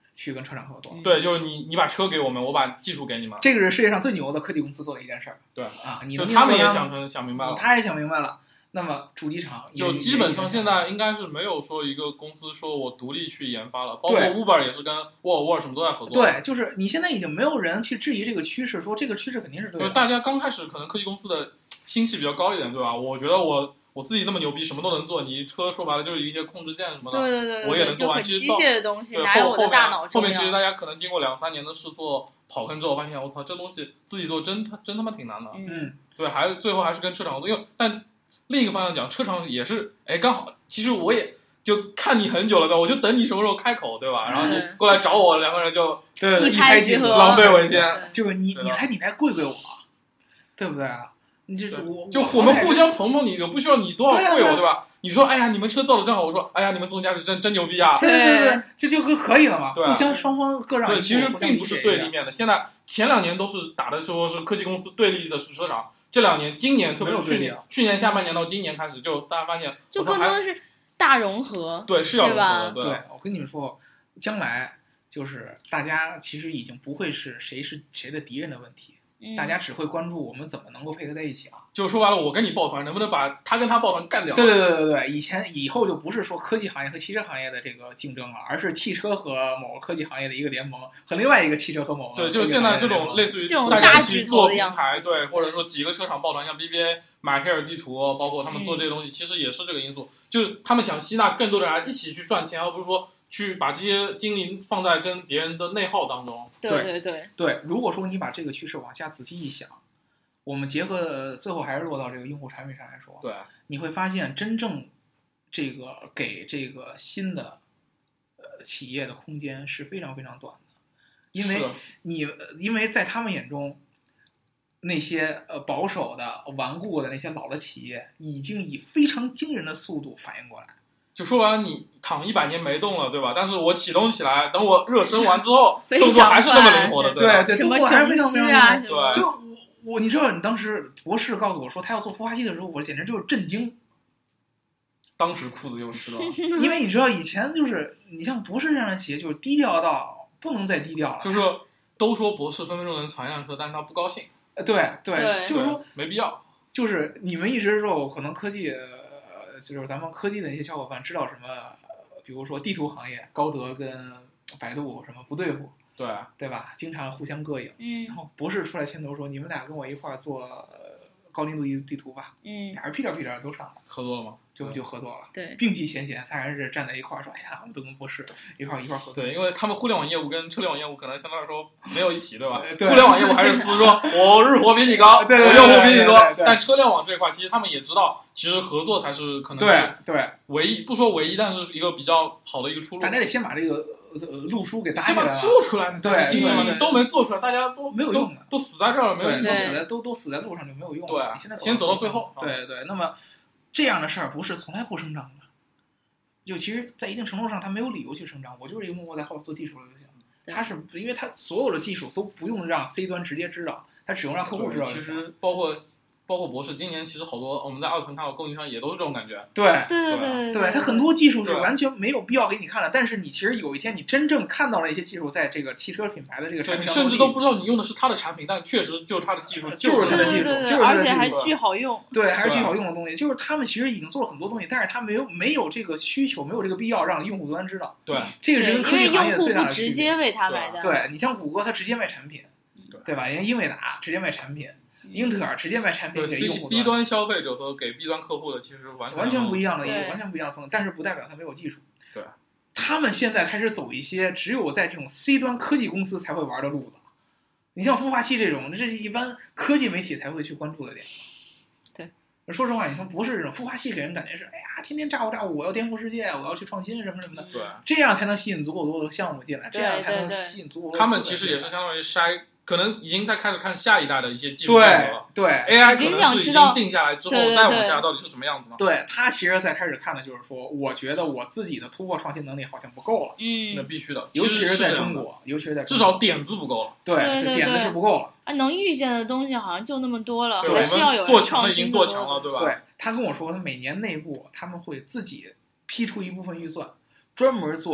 去跟车厂合作。 对，就是你把车给我们，我把技术给你们。 这个是世界上最牛的科技公司做的一件事儿。 对啊， 就他们也想明白了， 他也想明白了。那么主机厂就基本上现在应该是没有说一个公司说我独立去研发了，包括 Uber 也是跟沃尔沃什么都在合作。 对，就是你现在已经没有人去质疑这个趋势，说这个趋势肯定是对的。 大家刚开始可能科技公司的心气比较高一点，对吧？我觉得我自己那么牛逼，什么都能做。你车说白了就是一些控制键什么的， 对， 我也能做完。 其实机械的东西哪有我的大脑重要？ 后面其实大家可能经过2-3年的试做跑坑之后，发现我操，这东西自己做真他妈挺难的。对，最后还是跟车厂合作，因为但。另一个方向讲，车厂也是，刚好，其实我也就看你很久了，我就等你什么时候开口，对吧？然后你过来找我，两个人就一拍即合， 狼狈为奸。 就是你来跪我，对不对啊？你就我们互相捧你，也不需要你多少跪我，对吧？你说，哎呀，你们车造的真好，我说，哎呀，你们自动驾驶真牛逼啊！ 对，就可以了嘛。 对， 互相双方各让一步。 对，其实并不是对立面的。现在前2年都是打的说是科技公司对立的是车厂。这2年，今年特别是去年下半年到今年开始，就大家发现， 就更多的是大融合， 对，是要融合的。 对，我跟你们说，将来就是大家其实已经不会是谁的敌人的问题，大家只会关注我们怎么能够配合在一起啊。 就说白了，我跟你抱团，能不能把他跟他抱团干掉？ 对，以后就不是说科技行业和汽车行业的这个竞争了，而是汽车和某个科技行业的一个联盟，和另外一个汽车和某个对，就是现在这种类似于大家一起做平台，对，或者说几个车厂抱团，像 BBA、马歇尔地图，包括他们做这些东西，其实也是这个因素，就是他们想吸纳更多的人一起去赚钱，而不是说去把这些精力放在跟别人的内耗当中。 对，如果说你把这个趋势往下仔细一想。我们结合最后还是落到这个用户产品上来说， 对， 你会发现真正这个给这个新的企业的空间是非常非常短的，因为在他们眼中，那些保守的、顽固的那些老的企业已经以非常惊人的速度反应过来。 就说白了，你躺100年没动了，对吧？但是我启动起来，等我热身完之后，动作还是那么灵活的， 对， 什么还是非常雄狮啊， 就你知道，你当时博士告诉我说他要做孵化器的时候，我简直就是震惊。 当时裤子就湿了， 因为你知道以前就是你像博士这样的企业，就是低调到不能再低调了。 就是都说博士分分钟能传上车，但是他不高兴。 对，就是说没必要。 就是你们一直说可能科技，就是咱们科技的那些小伙伴知道什么，比如说地图行业，高德跟百度什么不对付。对吧？经常互相膈应。然后博士出来牵头说：“你们俩跟我一块儿做高精度地图吧。”俩人屁颠都上了。 合作了吗？ 就合作了。 对， 并际显显，3人是站在一块儿说：“哎呀，我们都跟博士一块合作。” 对，因为他们互联网业务跟车联网业务可能相对来说没有一起，对吧？互联网业务还是说我日活比你高，我用户比你多。但车联网这块，其实他们也知道，其实合作才是可能对唯一，不说唯一，但是一个比较好的一个出路。 大家得先把这个路书给搭起来， 先把做出来。 对， 你都没做出来，大家都没有用的， 都死在这儿了，没有意思，都死在路上就没有用。 对，先走到最后。 对，那么这样的事儿不是从来不生长的，就其实，在一定程度上，他没有理由去生长。我就是一个默默在后边做技术的就行。他是因为他所有的技术都不用让 C 端直接知道，他只用让客户知道。 其实包括博士，今年其实好多我们在2层看到供应商也都是这种感觉。 对， 他很多技术是完全没有必要给你看的，但是你其实有一天你真正看到了一些技术在这个汽车品牌的这个产品上， 你甚至都不知道你用的是他的产品，但确实就是他的技术， 就是他的技术， 而且还巨好用。 对，还是巨好用的东西。就是他们其实已经做了很多东西，但是他没有这个需求，没有这个必要让用户端知道。 对， 这个是跟科技行业最大的区别。因为用户不直接为他买单。 对，你像谷歌，它直接卖产品，对吧？人家英伟达直接卖产品。英特尔直接卖产品给用户 ，C 端消费者和给 B 端客户的其实完全不一样的，完全不一样的风格，但是不代表它没有技术。 对， 他们现在开始走一些只有在这种 C 端科技公司才会玩的路子。你像孵化器这种，这是一般科技媒体才会去关注的点。 对， 说实话，你看博士这种孵化器给人感觉是，哎呀，天天炸呼，我要颠覆世界，我要去创新什么什么的。 对， 这样才能吸引足够多的项目进来，这样才能吸引足够多的。 他们其实也是相当于筛。可能已经在开始看下一代的一些技术了。 对 ，AI 可能是已经定下来之后，再往下到底是什么样子呢？ 对，他其实在开始看的就是说，我觉得我自己的突破创新能力好像不够了。 那必须的， 尤其是在中国， 至少点子不够了。 对，点子是不够了。 能预见的东西好像就那么多了， 还是要有做强的已经做强了，对吧？ 对，他跟我说，他每年内部他们会自己批出一部分预算，专门做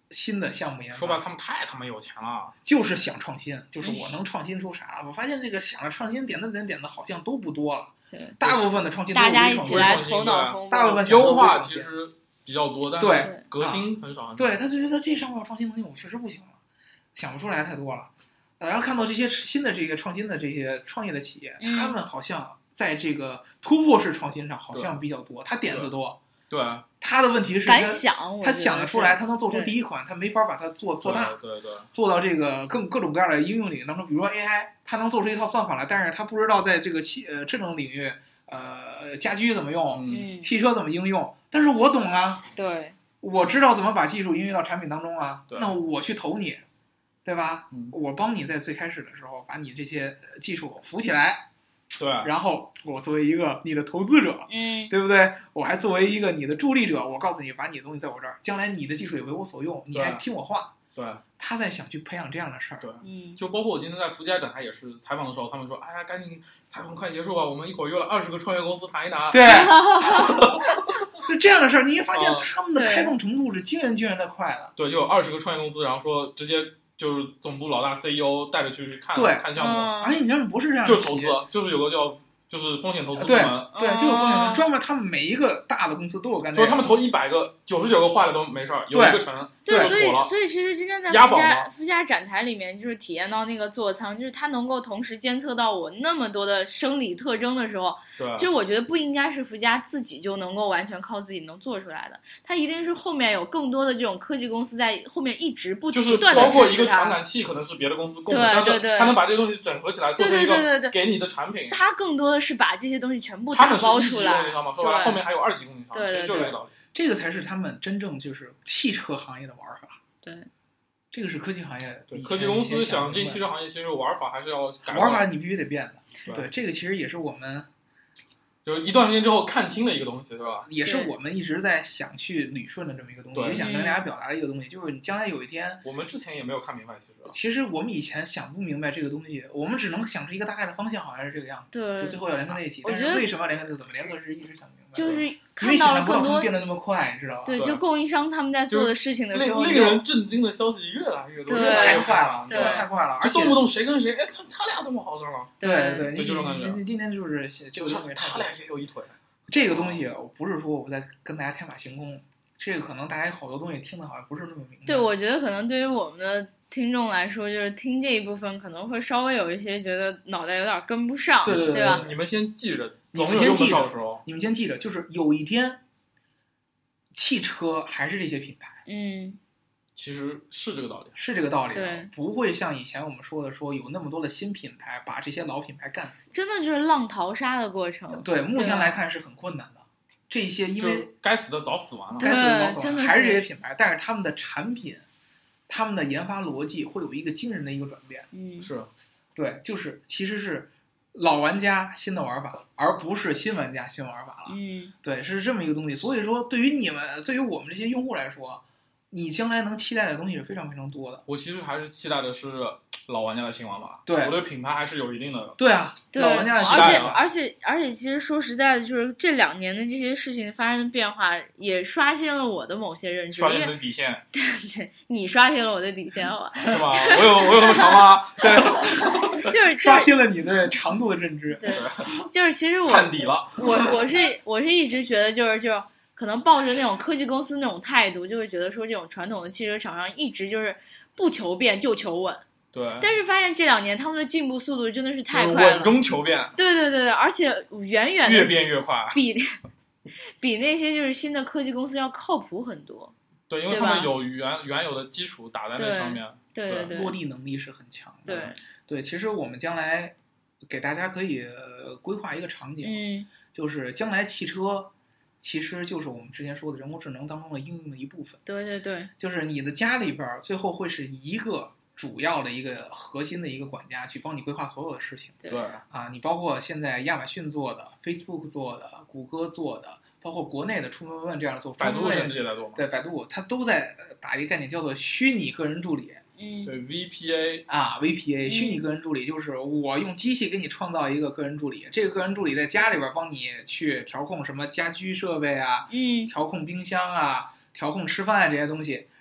新的项目研发。 说白了，他们太他妈有钱了， 就是想创新，就是我能创新出啥了？我发现这个想着创新点的好像都不多了。大部分的创新大家一起来头脑风暴， 大部分优化其实比较多，但对革新很少。 对，他就觉得这上面创新能力我确实不行了，想不出来太多了。然后看到这些新的这个创新的这些创业的企业，他们好像在这个突破式创新上好像比较多，他点子多。 对， 他的问题是敢想， 他想得出来，他能做出第一款，他没法把它做大， 对， 做到这个各种各样的应用领域当中。比如说 AI， 他能做出一套算法来，但是他不知道在这个智能领域，家居怎么用，汽车怎么应用。但是我懂啊， 对， 我知道怎么把技术应用到产品当中啊，那我去投你，对吧？我帮你在最开始的时候把你这些技术扶起来。 对， 然后我作为一个你的投资者，对不对？我还作为一个你的助力者，我告诉你，把你的东西在我这儿，将来你的技术也为我所用，你还听我话。 对， 他在想去培养这样的事儿。 对，就包括我今天在福佳展台也是采访的时候，他们说：“哎呀，赶紧采访快结束吧，我们一会儿约了20个创业公司谈一谈。” 对，就这样的事儿，你会发现他们的开放程度是惊人的快的。 对，就有20个创业公司，然后说直接。就是总部老大 CEO 带着去看项目， 而且你像不是这样的， 就是投资，就是有个就是风险投资部门， 对，就是风险投资，专门他们每一个大的公司都有干这个， 就是他们投100个，99个坏了都没事儿，有一个成， 对，所以其实今天在福佳展台里面，就是体验到那个座舱，就是它能够同时监测到我那么多的生理特征的时候，其实我觉得不应该是福佳自己就能够完全靠自己能做出来的，它一定是后面有更多的这种科技公司在后面一直不断的支持它。 就是包括一个传感器可能是别的公司供的，但是它能把这些东西整合起来，做成一个给你的产品。 它更多的是把这些东西全部打包出来。 他们是1级供应商嘛，说白了后面还有2级供应商， 对， 就这个道理。 这个才是他们真正就是汽车行业的玩法。 对， 这个是科技行业。 对，科技公司想进汽车行业，其实玩法还是要改。 玩法你必须得变的。对，这个其实也是我们。 就是一段时间之后看清的一个东西，对吧？ 也是我们一直在想去捋顺的这么一个东西，也想跟大家表达的一个东西，就是你将来有一天， 我们之前也没有看明白， 其实我们以前想不明白这个东西，我们只能想出一个大概的方向，好像是这个样子， 对， 最后要联合在一起。但是为什么要联合，怎么联合是一直想不明白， 就是看到了更多变得那么快，你知道吧？ 对，就供应商他们在做的事情的时候， 令人震惊的消息越来越多， 太快了，对，太快了，而且动不动谁跟谁，哎，他俩怎么好上了？ 对， 就这种感觉。 今天就是他俩也有一腿。 这个东西不是说我在跟大家天马行空，这个可能大家好多东西听的好像不是那么明白。 对，我觉得可能对于我们的听众来说，就是听这一部分可能会稍微有一些觉得脑袋有点跟不上， 对吧？ 你们先记着， 你们先记着，就是有一天，汽车还是这些品牌， 其实是这个道理， 是这个道理， 对， 不会像以前我们说的说有那么多的新品牌把这些老品牌干死， 真的就是浪淘沙的过程。 对，目前来看是很困难的。这些因为该死的早死完了， 该死的早死完了，还是这些品牌，但是他们的产品、他们的研发逻辑会有一个惊人的一个转变。 是， 对，就是其实是老玩家新的玩法，而不是新玩家新玩法了。对，是这么一个东西。所以说，对于你们，对于我们这些用户来说，你将来能期待的东西是非常非常多的。 我其实还是期待的是老玩家的新玩法。 对， 我对品牌还是有一定的。 对啊，老玩家的期待。而且，其实说实在的，就是这2年的这些事情发生的变化，也刷新了我的某些认知。 刷新了底线。 对，你刷新了我的底线，好吧？ 是吧？我有那么长吗？对。 就是刷新了你的长度的认知。 对，就是其实看底了。 我是一直觉得就可能抱着那种科技公司那种态度，就会觉得说这种传统的汽车厂商一直就是不求变就求稳。 对。 但是发现这2年他们的进步速度真的是太快了。 稳中求变。 对，而且远远越变越快， 比那些就是新的科技公司要靠谱很多。 对，因为他们有原有的基础打在那上面。 对， 落地能力是很强的。 对，其实我们将来给大家可以规划一个场景，就是将来汽车。其实就是我们之前说的人工智能当中的应用的一部分。 对， 就是你的家里边最后会是一个主要的一个核心的一个管家去帮你规划所有的事情。 对啊，你包括现在亚马逊做的、Facebook 做的、谷歌做的，包括国内的出门问这样的做， 百度甚至也在做嘛。 对，百度它都在打一个概念叫做虚拟个人助理。 对 VPA 啊 ，VPA 虚拟个人助理就是我用机器给你创造一个个人助理，这个个人助理在家里边帮你去调控什么家居设备啊，调控冰箱啊，调控吃饭这些东西，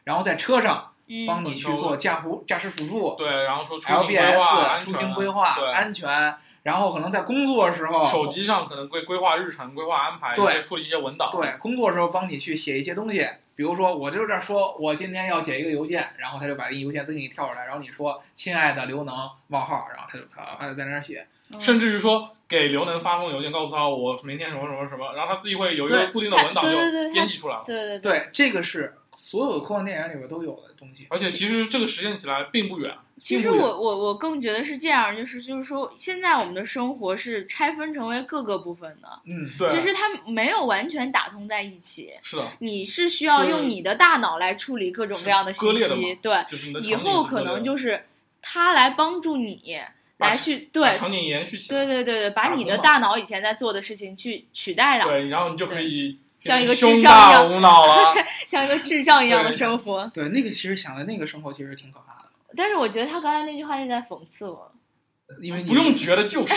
然后在车上帮你去做驾驶辅助， 对，然后说出行规划、 出行规划、安全。然后可能在工作的时候， 手机上可能规划日程、规划安排， 对， 处理一些文档。 对，工作的时候帮你去写一些东西，比如说我就这说，我今天要写一个邮件，然后他就把这个邮件字给你跳出来，然后你说亲爱的刘能冒号，然后他就在那儿写。 甚至于说给刘能发封邮件，告诉他我明天什么什么什么，然后他自己会有一个固定的文档就编辑出来了。 对，这个是所有的科幻电影里边都有的东西。 而且其实这个实现起来并不远。 其实我更觉得是这样，就是说，现在我们的生活是拆分成为各个部分的， 对， 其实它没有完全打通在一起。 是的， 你是需要用你的大脑来处理各种各样的信息，对， 就是以后可能就是它来帮助你来去对场景延续起来， 对，把你的大脑以前在做的事情去取代了， 对，然后你就可以像一个智障一样无脑了， 像一个智障一样的生活。 对，那个其实想的那个生活其实挺可怕的。 但是我觉得他刚才那句话是在讽刺我， 因为不用觉得就是，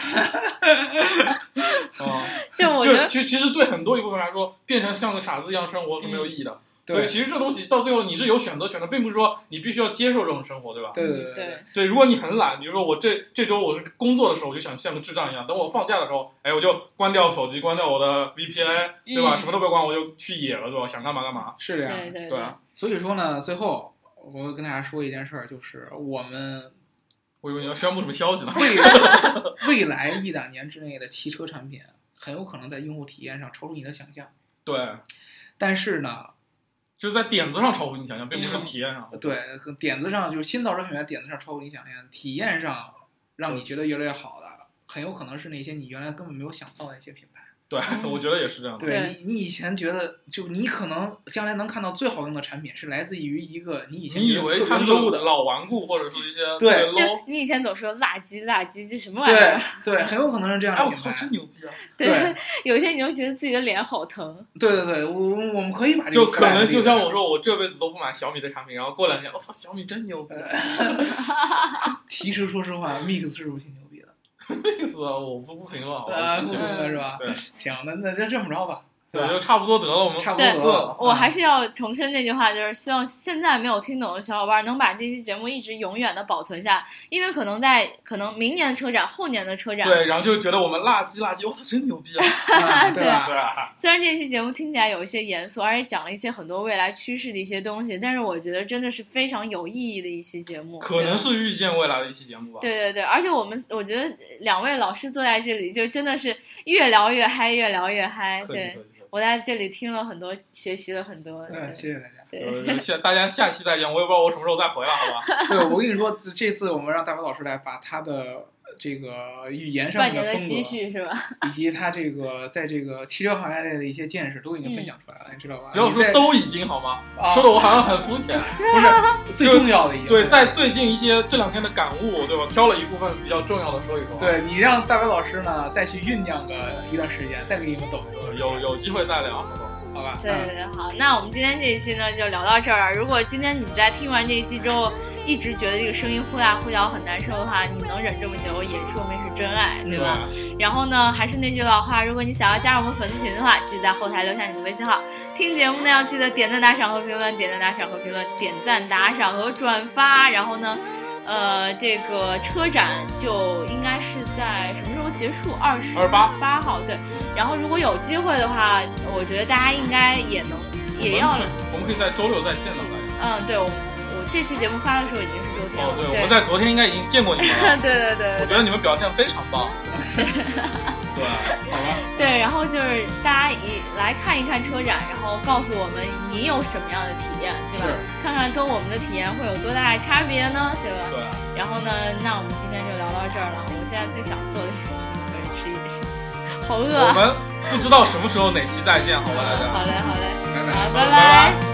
就我觉得其实对很多一部分来说，变成像个傻子一样生活是没有意义的。所以其实这东西到最后你是有选择权的，并不是说你必须要接受这种生活，对吧？ 对。 如果你很懒，比如说我这周我是工作的时候，我就想像个智障一样，等我放假的时候，我就关掉手机，关掉我的 VPN，对吧？什么都不要管，我就去野了，对吧？想干嘛干嘛。 是这样， 对。 所以说呢，最后我跟大家说一件事儿，就是我以为你要宣布什么消息呢？ 未来1-2年之内的汽车产品很有可能在用户体验上超出你的想象。 对。 但是呢， 就是在点子上超乎你想象，并不是体验上。 对，点子上就是新造车品牌点子上超乎你想象，体验上让你觉得越来越好的，很有可能是那些你原来根本没有想到的一些品牌。 对，我觉得也是这样的。 对，你以前觉得就你可能将来能看到最好用的产品是来自于一个你以前以为它是 low 的老顽固或者是一些对 low， 你以前总说垃圾这什么玩意儿？ 对，很有可能是这样的品牌。 我操，真牛逼啊！ 对，有一天你就觉得自己的脸好疼。 对，我们可以把这个就可能就像我说，我这辈子都不买小米的产品，然后过2年，我操，小米真牛逼。 其实说实话 ，Mix 是不是挺牛逼的 ？Mix 我不评论， 不评论是吧？ 对， 行，那就这么着吧。 对，就差不多得了，我们差不多得了。 我还是要重申那句话，就是希望现在没有听懂的小伙伴能把这期节目一直永远的保存下，因为可能明年的车展、后年的车展， 对，然后就觉得我们垃圾，我操，真牛逼啊！对吧？ 对。 虽然这期节目听起来有一些严肃，而且讲了一些很多未来趋势的一些东西，但是我觉得真的是非常有意义的一期节目， 可能是预见未来的一期节目吧。 对，而且我觉得2位老师坐在这里，就真的是越聊越嗨，越聊越嗨。对。我在这里听了很多，学习了很多。 对，谢谢大家。 对， 大家下期再见。我也不知道我什么时候再回来，好吧？ 对，我跟你说，这次我们让大白老师来把他的这个语言上面的风格， 积蓄是吧？ 以及他这个在这个汽车行业内的一些见识都已经分享出来了，你知道吧？ 不要说都已经好吗？说的我好像很肤浅。 不是最重要的一些。 对，在最近这2天的感悟，对吧？挑了一部分比较重要的说一说。 对，你让大白老师呢再去酝酿个一段时间，再给你们抖。 有机会再聊，好吧？ 对，好，那我们今天这一期呢就聊到这儿了。如果今天你在听完这一期之后，一直觉得这个声音忽大忽小很难受的话，你能忍这么久也说明是真爱，对吧？然后呢，还是那句老话，如果你想要加入我们粉丝群的话，记得在后台留下你的微信号。听节目呢要记得点赞打赏和评论，点赞打赏和评论，点赞打赏和转发。然后呢，这个车展就应该是在什么时候结束？28号，对。然后如果有机会的话，我觉得大家应该也要， 我们可以在周6再见到大家。对，我这期节目发的时候已经是周天了。 对，我们在昨天应该已经见过你们了。 对。 我觉得你们表现非常棒。对，好吧。 对，然后就是大家来看一看车展，然后告诉我们你有什么样的体验，对吧？看看跟我们的体验会有多大的差别呢，对吧？ 对。 然后呢，那我们今天就聊到这儿了。我现在最想做的是吃夜宵，好饿。 我们不知道什么时候哪期再见，好吧，大家。 好嘞， 拜拜。 拜拜。